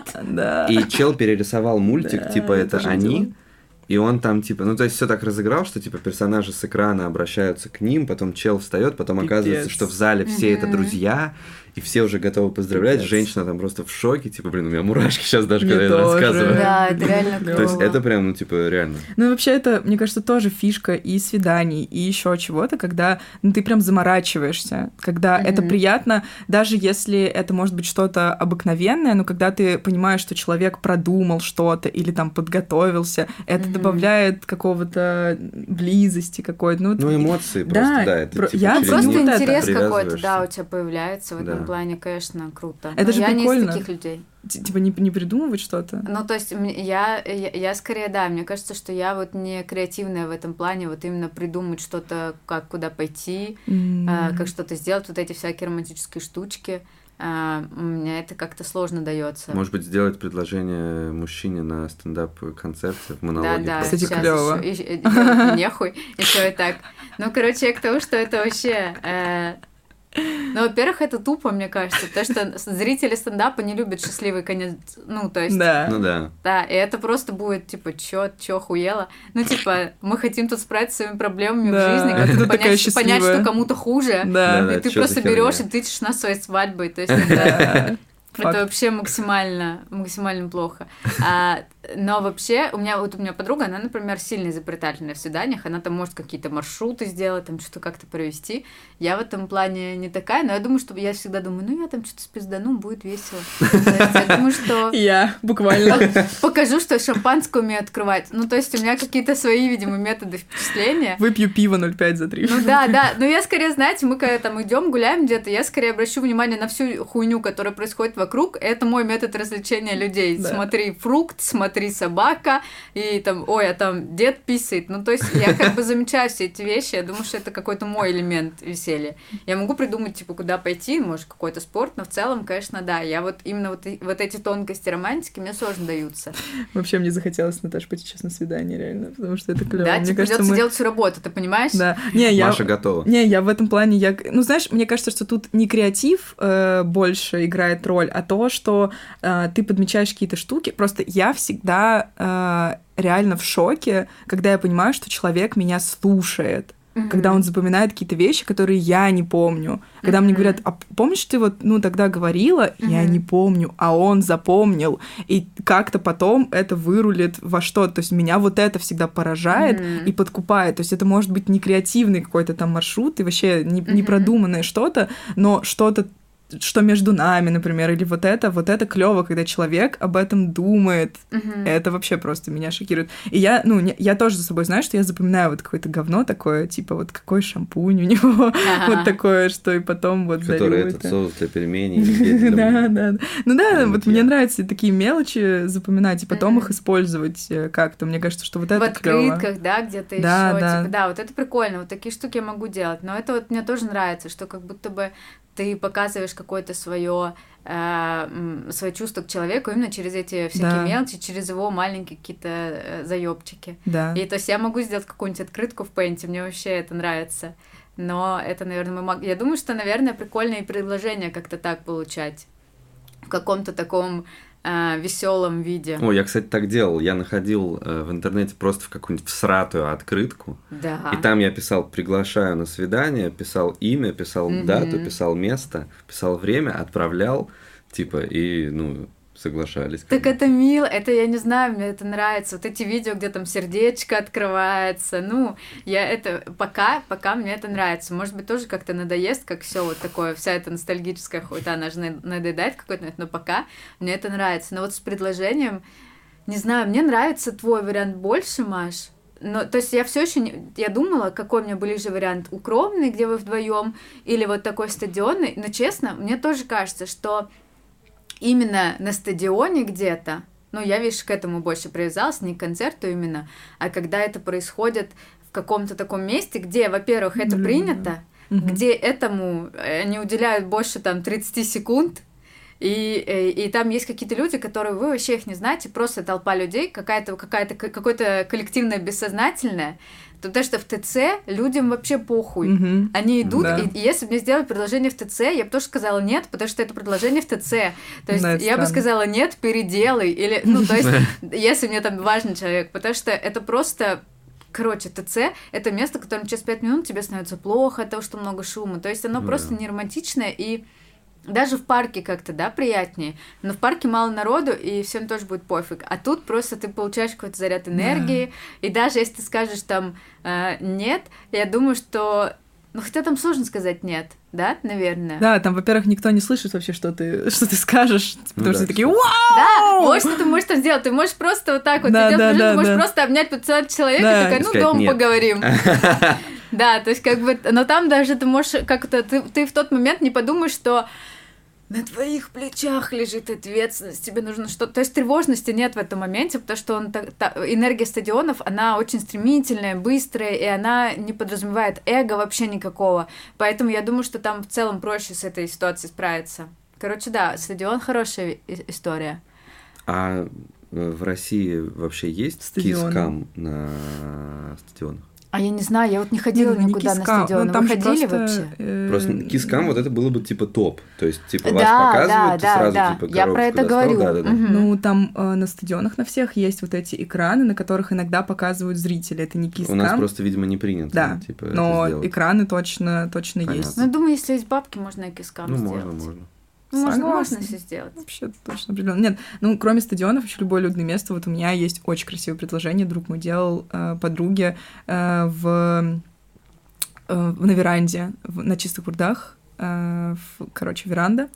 И чел перерисовал мультик, типа, это они... И он там, типа, ну, то есть все так разыграл, что, типа, персонажи с экрана обращаются к ним, потом чел встает, потом Пипец. Оказывается, что в зале все mm-hmm. это друзья, и все уже готовы поздравлять. Пипец. Женщина там просто в шоке, типа, блин, у меня мурашки сейчас даже, мне когда тоже. Я рассказываю. Да, это реально клево. То есть это прям, ну, типа, реально. Ну, вообще, это, мне кажется, тоже фишка и свиданий, и еще чего-то, когда ну, ты прям заморачиваешься, когда mm-hmm. это приятно, даже если это может быть что-то обыкновенное, но когда ты понимаешь, что человек продумал что-то или там подготовился, это mm-hmm. добавляет какого-то близости какой-то. Ну, ну эмоции да, просто, да. Это, про... типа, я просто интерес какой-то, да, у тебя появляется в этом да. плане, конечно, круто. Это но же я прикольно. Не из таких людей. Типа не, не придумывать что-то? Ну, то есть я, я, я скорее, да, мне кажется, что я вот не креативная в этом плане, вот именно придумать что-то, как куда пойти, mm. э, как что-то сделать, вот эти всякие романтические штучки. Uh, у меня это как-то сложно дается. Может быть, сделать предложение мужчине на стендап-концерте в монологе. Да, да, кстати, клево. Нехуй, еще и так. Ну, короче, к тому, что это вообще... Ну, во-первых, это тупо, мне кажется, потому что зрители стендапа не любят счастливый конец, ну, то есть... Да. Ну, да. Да, и это просто будет, типа, чё, чё, охуела? Ну, типа, мы хотим тут справиться с своими проблемами да. в жизни, как-то понять, понять, что кому-то хуже, да. и да, ты просто берешь и тычешь на своей свадьбой, то есть это... Факт. Это вообще максимально, максимально плохо. А, но вообще, у меня вот у меня подруга, она, например, сильно изобретательная в свиданиях, она там может какие-то маршруты сделать, там что-то как-то провести. Я в этом плане не такая, но я думаю, что я всегда думаю, ну я там что-то спиздану, будет весело. Я думаю, что... Я буквально. Покажу, что шампанское умею открывать. Ну, то есть у меня какие-то свои, видимо, методы впечатления. Выпью пиво ноль пять за три. Ну да, да. Но я скорее, знаете, мы когда там идем, гуляем где-то, я скорее обращу внимание на всю хуйню, которая происходит вокруг. Это мой метод развлечения людей. Да. Смотри фрукт, смотри собака, и там, ой, а там дед писает. Ну, то есть я как бы замечаю все эти вещи, я думаю, что это какой-то мой элемент веселья. Я могу придумать, типа, куда пойти, может, какой-то спорт, но в целом, конечно, да. Я вот именно вот, вот эти тонкости романтики мне сложно даются. Вообще мне захотелось, Наташа, пойти сейчас на свидание, реально, потому что это клево. Да, мне тебе кажется, придется мы... делать всю работу, ты понимаешь? Да. Не, я... Маша готова. Не, я в этом плане, я... ну, знаешь, мне кажется, что тут не креатив э, больше играет роль, а то, что э, ты подмечаешь какие-то штуки. Просто я всегда э, реально в шоке, когда я понимаю, что человек меня слушает. Mm-hmm. Когда он запоминает какие-то вещи, которые я не помню. Когда mm-hmm. мне говорят, а помнишь, ты вот, ну, тогда говорила, mm-hmm. я не помню, а он запомнил, и как-то потом это вырулит во что-то. То есть меня вот это всегда поражает mm-hmm. и подкупает. То есть это может быть не креативный какой-то там маршрут и вообще не, mm-hmm. не продуманное что-то, но что-то, что между нами, например, или вот это, вот это клево, когда человек об этом думает. Uh-huh. Это вообще просто меня шокирует. И я, ну, не, я тоже за собой знаю, что я запоминаю вот какое-то говно такое, типа вот какой шампунь у него, uh-huh. вот такое, что и потом вот дарю. Который этот соус для пельменей. Да, да. Ну да, вот мне нравится такие мелочи запоминать и потом их использовать как-то. Мне кажется, что вот это клево. В открытках, да, где-то еще. Да, вот это прикольно, вот такие штуки я могу делать. Но это вот мне тоже нравится, что как будто бы ты показываешь какое-то свое э, свое чувство к человеку именно через эти всякие да. мелочи, через его маленькие какие-то э, заёбчики. Да. И то есть я могу сделать какую-нибудь открытку в Пенте, мне вообще это нравится. Но это, наверное, мы мог... я думаю, что, наверное, прикольное предложение как-то так получать в каком-то таком э, веселом виде. О, я, кстати, так делал. Я находил э, в интернете просто в какую-нибудь всратую открытку. Да. И там я писал «приглашаю на свидание», писал имя, писал mm-hmm. дату, писал место, писал время, отправлял, типа, и, ну... соглашались. Так это мило, это я не знаю, мне это нравится. Вот эти видео, где там сердечко открывается, ну, я это пока, пока мне это нравится. Может быть, тоже как-то надоест, как все вот такое, вся эта ностальгическая хуйта, она же надоедает какой-то момент, но пока мне это нравится. Но вот с предложением, не знаю, мне нравится твой вариант больше, Маш. Но, то есть я все еще не... я думала, какой мне ближе вариант, укромный, где вы вдвоем, или вот такой стадионный. Но честно, мне тоже кажется, что именно на стадионе где-то, ну, я, видишь, к этому больше привязалась, не к концерту именно, а когда это происходит в каком-то таком месте, где, во-первых, это mm-hmm. принято, mm-hmm. где этому не уделяют больше, там, тридцать секунд, и, и, и там есть какие-то люди, которые вы вообще их не знаете, просто толпа людей, какая-то, какая-то, какое-то коллективное бессознательное. Потому что в ТЦ людям вообще похуй. Mm-hmm. Они идут, да. и, и если бы мне сделали предложение в ТЦ, я бы тоже сказала нет, потому что это предложение в ТЦ. То есть я странно. бы сказала нет, переделай. Или, ну, то есть, если мне там важный человек, потому что это просто... Короче, ТЦ — это место, в котором через пять минут тебе становится плохо от того, что много шума. То есть оно yeah. просто не романтичное, и даже в парке как-то, да, приятнее. Но в парке мало народу, и всем тоже будет пофиг. А тут просто ты получаешь какой-то заряд энергии, да. и даже если ты скажешь там э, «нет», я думаю, что... Ну, хотя там сложно сказать «нет», да, наверное? Да, там, во-первых, никто не слышит вообще, что ты, что ты скажешь, потому ну, что да, все такие «Вау!» Да, вот что ты можешь там сделать. Ты можешь просто вот так вот, да, идёшь, да, да, ты можешь да. просто обнять поцеловать человека, да. и такая «ну, дома нет. поговорим». Да, то есть как бы... Но там даже ты можешь как-то... Ты, ты в тот момент не подумаешь, что... На твоих плечах лежит ответственность, тебе нужно что-то... То есть тревожности нет в этом моменте, потому что он, та, та, энергия стадионов, она очень стремительная, быстрая, и она не подразумевает эго вообще никакого. Поэтому я думаю, что там в целом проще с этой ситуацией справиться. Короче, да, стадион — хорошая история. А в России вообще есть кис-кам на стадионах? А я не знаю, я вот не ходила не, никуда не на стадион. Ну, Вы ходили просто, вообще? Э... Просто кис-кам вот это было бы типа топ. То есть, типа, вас да, показывают, да, ты сразу да. типа я про это достал. говорю. Да, да, да. Угу. Ну, там э, на стадионах на всех есть вот эти экраны, на которых иногда показывают зрители. Это не кис-кам. У нас просто, видимо, не принято. Да, типа, но экраны точно, точно есть. Ну, думаю, если есть бабки, можно и кис-кам ну, сделать. Ну, можно, можно. Можно, можно все сделать. Вообще точно определенно. Нет, ну, кроме стадионов, еще любое людное место. Вот у меня есть очень красивое предложение. Друг мой делал э, подруге э, в, э, на веранде, в, на Чистых прудах. Э, в, короче, веранда.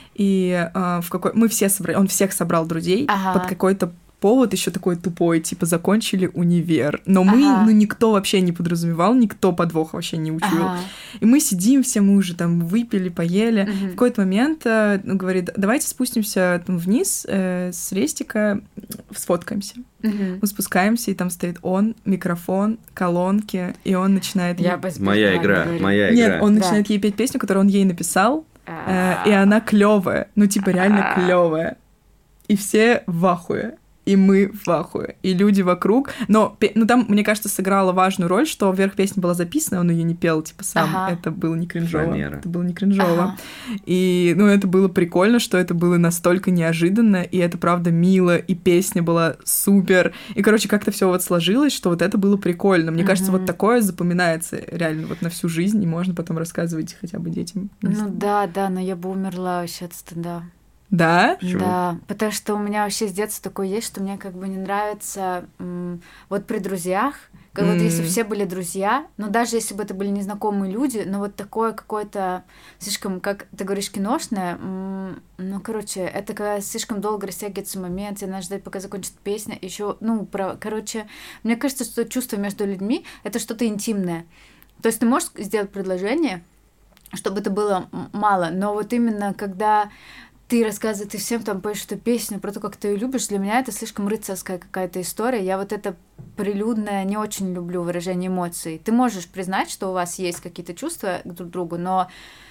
И э, в какой... мы все собрали... Он всех собрал друзей ага. под какой-то повод еще такой тупой, типа, закончили универ. Но мы, ага. ну, никто вообще не подразумевал, никто подвох вообще не учуял. Ага. И мы сидим, все мы уже там выпили, поели. Угу. В какой-то момент э, ну, говорит, давайте спустимся там вниз э, с рестика, сфоткаемся. Угу. Мы спускаемся, и там стоит он, микрофон, колонки, и он начинает... Я ей... Моя игра, говорю. моя игра. Нет, он да. начинает ей петь песню, которую он ей написал, э, и она клевая, ну, типа, реально клевая. И все в ахуе. И мы в ахуе, и люди вокруг. Но ну, там, мне кажется, сыграла важную роль, что вверх песня была записана, он ее не пел, типа, сам. Ага. Это было не кринжово. Фанера. Это было не кринжово. Ага. И, ну, это было прикольно, что это было настолько неожиданно, и это, правда, мило, и песня была супер. И, короче, как-то все вот сложилось, что вот это было прикольно. Мне ага. кажется, вот такое запоминается реально вот на всю жизнь, и можно потом рассказывать хотя бы детям. Ну да, да, но я бы умерла вообще от стыда. Да? Почему? Да, потому что у меня вообще с детства такое есть, что мне как бы не нравится м- вот при друзьях, как mm. вот если все были друзья, ну даже если бы это были незнакомые люди, но вот такое какое-то слишком, как ты говоришь, киношное, м- ну короче, это когда слишком долго растягивается момент, тебе надо ждать, пока закончится песня, еще, ну, про, короче, мне кажется, что чувство между людьми — это что-то интимное. То есть ты можешь сделать предложение, чтобы это было мало, но вот именно когда ты рассказываешь, ты всем там поешь эту песню про то, как ты ее любишь, для меня это слишком рыцарская какая-то история. Я вот это прилюдное не очень люблю выражение эмоций. Ты можешь признать, что у вас есть какие-то чувства друг к другу, но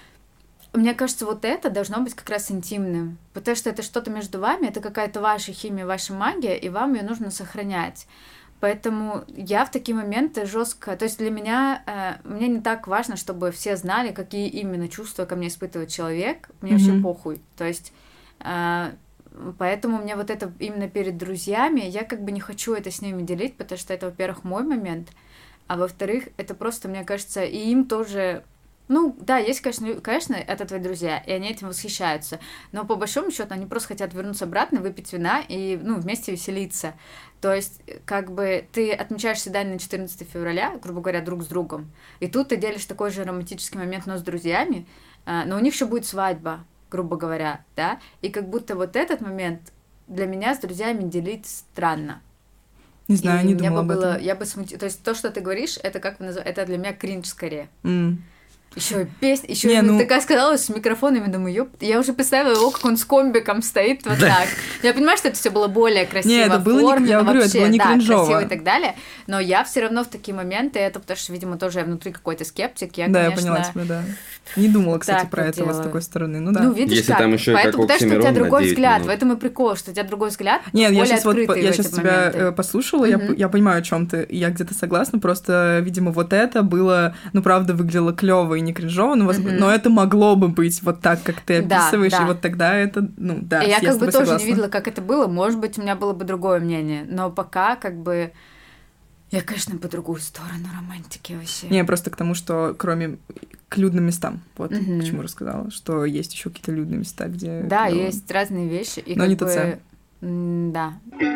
мне кажется, вот это должно быть как раз интимным, потому что это что-то между вами, это какая-то ваша химия, ваша магия, и вам ее нужно сохранять. Поэтому я в такие моменты жестко, то есть для меня, э, мне не так важно, чтобы все знали, какие именно чувства ко мне испытывает человек, мне mm-hmm. вообще похуй. То есть э, поэтому мне вот это именно перед друзьями, я как бы не хочу это с ними делить, потому что это, во-первых, мой момент, а во-вторых, это просто, мне кажется, и им тоже... Ну, да, есть, конечно, конечно, это твои друзья, и они этим восхищаются, но по большому счету они просто хотят вернуться обратно, выпить вина и, ну, вместе веселиться. То есть, как бы, ты отмечаешь свидание на четырнадцатое февраля, грубо говоря, друг с другом, и тут ты делишь такой же романтический момент, но с друзьями, но у них еще будет свадьба, грубо говоря, да, и как будто вот этот момент для меня с друзьями делить странно. Не знаю, и не думала бы об было, этом. Я бы смутила. То есть то, что ты говоришь, это как вы называете, это для меня кринж скорее. Mm. Еще песня, еще не, ну... такая сказала с микрофонами, думаю, ёп, я уже представила его, как он с комбиком стоит вот так. Я понимаю, что это все было более красиво, не, это было не, я говорю, вообще, это было не да, кринжово. красиво и так далее, но я все равно в такие моменты, это потому что, видимо, тоже я внутри какой-то скептик, я, да, конечно... я поняла тебя, да. Не думала, кстати, про это делаю. Вот с такой стороны, ну да. Ну, видишь, если как? Там еще Поэтому, потому что у тебя другой взгляд, минут. в этом и прикол, что у тебя другой взгляд, Нет, более я сейчас вот, я сейчас тебя моменты. послушала, mm-hmm. я, я понимаю, о чем ты, я где-то согласна, просто, видимо, вот это было, ну, правда, выглядело клево и не кринжово, но, mm-hmm. но это могло бы быть вот так, как ты описываешь, да, да. и вот тогда это, ну, да, и я, я как бы тоже согласна. не видела, как это было, может быть, у меня было бы другое мнение, но пока, как бы, я, конечно, по другую сторону романтики вообще. Не, просто к тому, что кроме к людным местам, вот mm-hmm. почему рассказала, что есть еще какие-то людные места, где... Да, клёво. есть разные вещи. И но как не бы... ТЦ. Да.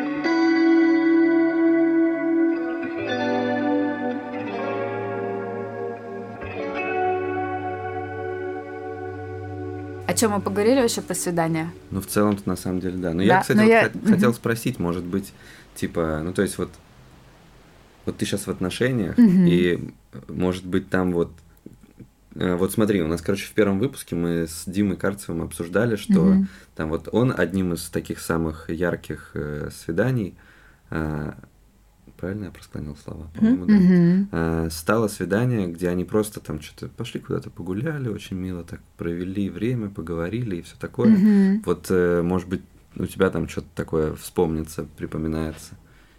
О чем мы поговорили вообще про свидание? Ну, в целом-то, на самом деле, да. Но да, я, кстати, но вот я... х- хотел спросить, может быть, типа, ну, то есть вот, вот ты сейчас в отношениях, mm-hmm. и, может быть, там вот, вот смотри, у нас, короче, в первом выпуске мы с Димой Карцевым обсуждали, что mm-hmm. там вот он одним из таких самых ярких э, свиданий, э, правильно я просклонил слова, по-моему, mm-hmm. да, э, стало свидание, где они просто там что-то пошли куда-то погуляли, очень мило так провели время, поговорили и все такое. Mm-hmm. Вот, э, может быть, у тебя там что-то такое вспомнится, припоминается.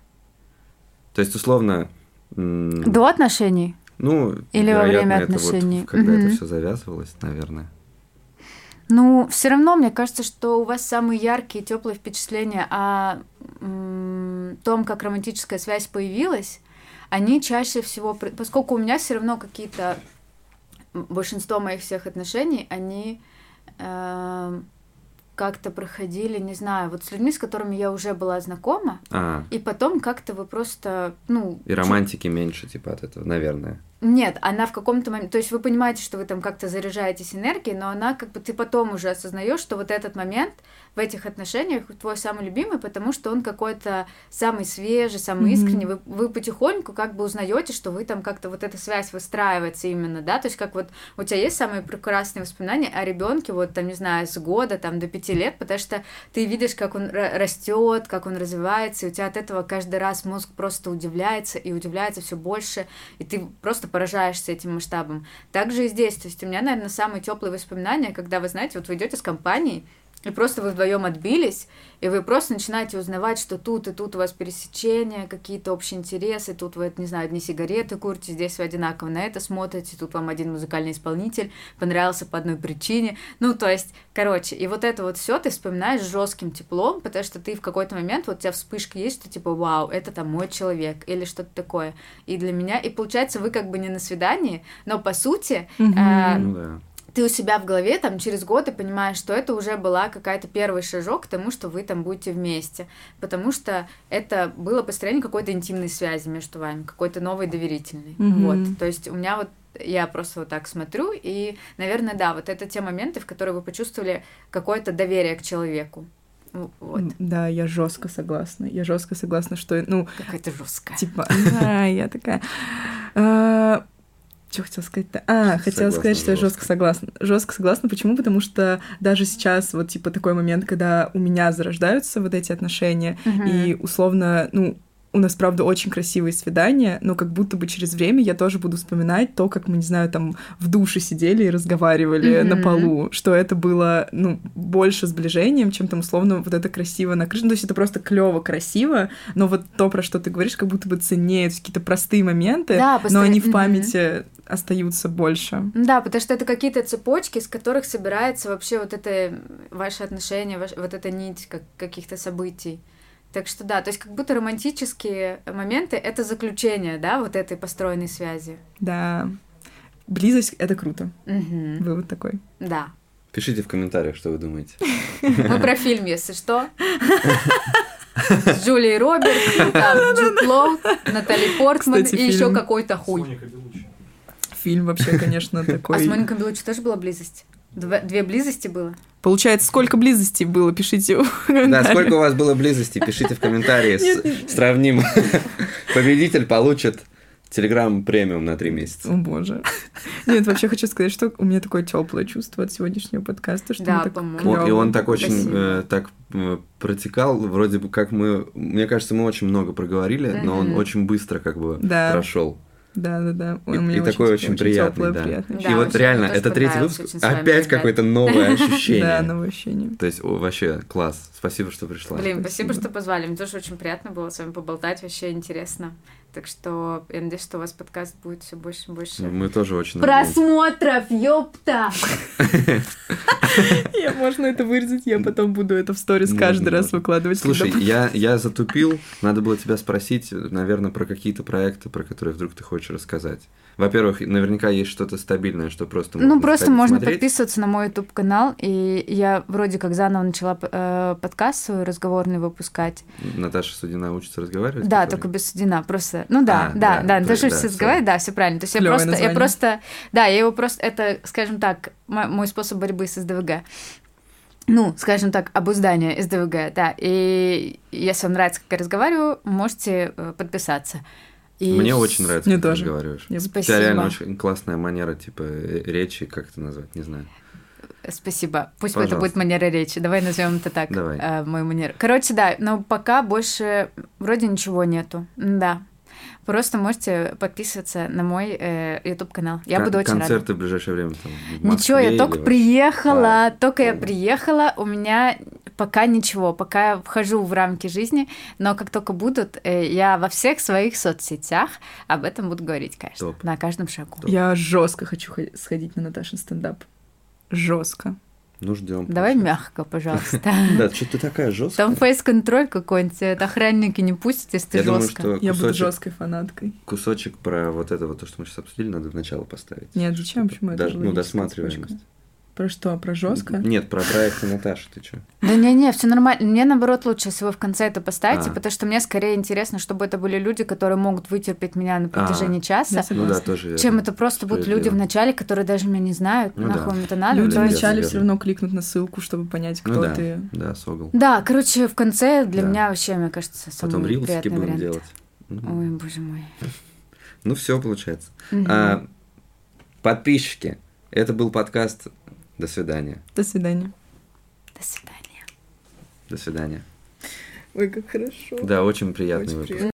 То есть, условно... М- До отношений? Ну, или во время это отношений? Вот, когда mm-hmm. это все завязывалось, наверное. Ну, все равно, мне кажется, что у вас самые яркие, теплые впечатления о м- том, как романтическая связь появилась, они чаще всего, поскольку у меня все равно какие-то, большинство моих всех отношений, они э- как-то проходили, не знаю, вот с людьми, с которыми я уже была знакома, А. и потом как-то вы просто, ну... И романтики чуть... меньше, типа, от этого, наверное. Нет, она в каком-то моменте... То есть вы понимаете, что вы там как-то заряжаетесь энергией, но она как бы... Ты потом уже осознаешь, что вот этот момент в этих отношениях твой самый любимый, потому что он какой-то самый свежий, самый mm-hmm. искренний. Вы, вы потихоньку как бы узнаете, что вы там как-то вот эта связь выстраивается именно, да? То есть как вот у тебя есть самые прекрасные воспоминания о ребенке, вот там, не знаю, с года там до пяти лет, потому что ты видишь, как он растет, как он развивается, и у тебя от этого каждый раз мозг просто удивляется и удивляется все больше, и ты просто поражаешься этим масштабом. Также и здесь, то есть у меня, наверное, самые теплые воспоминания, когда вы знаете, вот вы идете с компанией, и просто вы вдвоем отбились, и вы просто начинаете узнавать, что тут и тут у вас пересечения, какие-то общие интересы, тут вы, не знаю, одни сигареты курите, здесь вы одинаково на это смотрите, тут вам один музыкальный исполнитель понравился по одной причине. Ну, то есть, короче, и вот это вот все ты вспоминаешь с жестким теплом, потому что ты в какой-то момент, вот у тебя вспышка есть, что типа, вау, это там мой человек, или что-то такое. И для меня, и получается, вы как бы не на свидании, но по сути... Mm-hmm. э- ну, да. ты у себя в голове там через год ты понимаешь, что это уже была какая-то первый шажок к тому, что вы там будете вместе, потому что это было построение какой-то интимной связи между вами, какой-то новой доверительной. Mm-hmm. Вот, то есть у меня вот я просто вот так смотрю, и, наверное, да, вот это те моменты, в которые вы почувствовали какое-то доверие к человеку. Вот. Да, я жестко согласна. Я жестко согласна, что, ну... Какая-то жесткая. Типа, да, я такая... Что хотела сказать-то? А, хотела согласна, сказать, что я жестко. жестко согласна. Жестко согласна. Почему? Потому что даже сейчас вот типа такой момент, когда у меня зарождаются вот эти отношения, uh-huh. и условно, ну, у нас, правда, очень красивые свидания, но как будто бы через время я тоже буду вспоминать то, как мы, не знаю, там в душе сидели и разговаривали mm-hmm. на полу, что это было, ну, больше сближением, чем там, условно, вот это красиво на крыше. Ну, то есть это просто клево, красиво, но вот то, про что ты говоришь, как будто бы ценнее, то есть какие-то простые моменты, да, но они в mm-hmm. памяти остаются больше. Да, потому что это какие-то цепочки, из которых собирается вообще вот это ваши отношения, ваш, вот эта нить как, каких-то событий. Так что да, то есть как будто романтические моменты — это заключение, да, вот этой построенной связи. Да. Близость — это круто. Угу. Вывод такой. Да. Пишите в комментариях, что вы думаете. Мы про фильм, если что. С Джулией Робертс, там Джуд Лоу, Натали Портман и еще какой-то хуй. Фильм вообще, конечно, такой... А с Моникой Беллуччи тоже была близость? Две близости было? Получается, сколько близостей было? Пишите в комментариях. Да, сколько у вас было близости? Пишите в комментарии. Сравним. Победитель получит Телеграм премиум на три месяца. О боже. Нет, вообще хочу сказать, что у меня такое теплое чувство от сегодняшнего подкаста, что да, мы так клёво. И он так очень э, так э, протекал, вроде бы как мы, мне кажется, мы очень много проговорили, mm-hmm. но он очень быстро как бы да. прошел. Да, да, да. И, и такой очень, очень приятный, теплое, да. приятный. Да. И вот реально, это третий выпуск, опять какое-то новое ощущение. Да, новое ощущение. То есть вообще класс. Спасибо, что пришла. Блин, спасибо, что позвали. Мне тоже очень приятно было с вами поболтать, вообще интересно. Так что я надеюсь, что у вас подкаст будет все больше и больше. Мы тоже очень просмотров, ёпта! Я, можно это вырезать, я потом буду это в сторис каждый раз выкладывать. Слушай, я, я затупил, надо было тебя спросить, наверное, про какие-то проекты, про которые вдруг ты хочешь рассказать. Во-первых, наверняка есть что-то стабильное, что просто можно Ну, просто можно смотреть. подписываться на мой YouTube-канал, и я вроде как заново начала э, подкаст свой разговорный выпускать. Наташа Судина учится разговаривать? Да, только без Судина, просто... Ну да, а, да, да, да, Наташа да, учится да, разговаривать, да, все правильно. То есть я просто, я просто... Да, я его просто... Это, скажем так, мой способ борьбы с СДВГ. Ну, скажем так, обуздание СДВГ, да. И если вам нравится, как я разговариваю, можете подписаться. И... Мне очень нравится, Мне как тоже. ты разговариваешь. Спасибо. У тебя реально очень классная манера, типа, речи, как это назвать, не знаю. Спасибо. Пусть Пожалуйста. это будет манера речи. Давай назовем это так. Давай. Э, мою манеру. Короче, да, но пока больше вроде ничего нету. Да. Просто можете подписываться на мой э, YouTube-канал. Я Кон- буду очень рада. Концерты в ближайшее время там в Москве. Ничего, я только или... приехала, а, только понял. я приехала, у меня пока ничего, пока я вхожу в рамки жизни, но как только будут, э, я во всех своих соцсетях об этом буду говорить, конечно, Топ. на каждом шагу. Топ. Я жестко хочу сходить на Наташин стендап. Жестко. Ну, ждем. Давай мягко, пожалуйста. Да, что ты такая жесткая. Там фейс-контроль какой-нибудь, это охранники не пустят, если ты Я думаю, жестко. что Я буду кусочек, жесткой фанаткой. кусочек про вот это вот, то, что мы сейчас обсудили, надо сначала поставить. Нет, зачем? Почему это Даже, ну, логическая досматриваемость. цепочка? Про что? Про жестко? Нет, про проекты Наташи, ты что? Да не-не, все нормально. Мне, наоборот, лучше всего в конце это поставить, А. потому что мне скорее интересно, чтобы это были люди, которые могут вытерпеть меня на протяжении А. часа, Я Ну да, согласна. тоже чем верно. это просто будут люди в Справедливо. начале, которые даже меня не знают, Ну нахуй да. им это надо. Люди То есть- вначале верно. все равно кликнут на ссылку, чтобы понять, кто Ну да, ты. да, согл. Да, короче, в конце для Да. меня вообще, мне кажется, самый Потом рилсики приятный будем вариант. делать. Ну, Ой, боже мой. Ну, все получается. Мгм. А, подписчики, это был подкаст. До свидания. До свидания. До свидания. До свидания. Ой, как хорошо. Да, очень приятный Очень выпуск. приятно.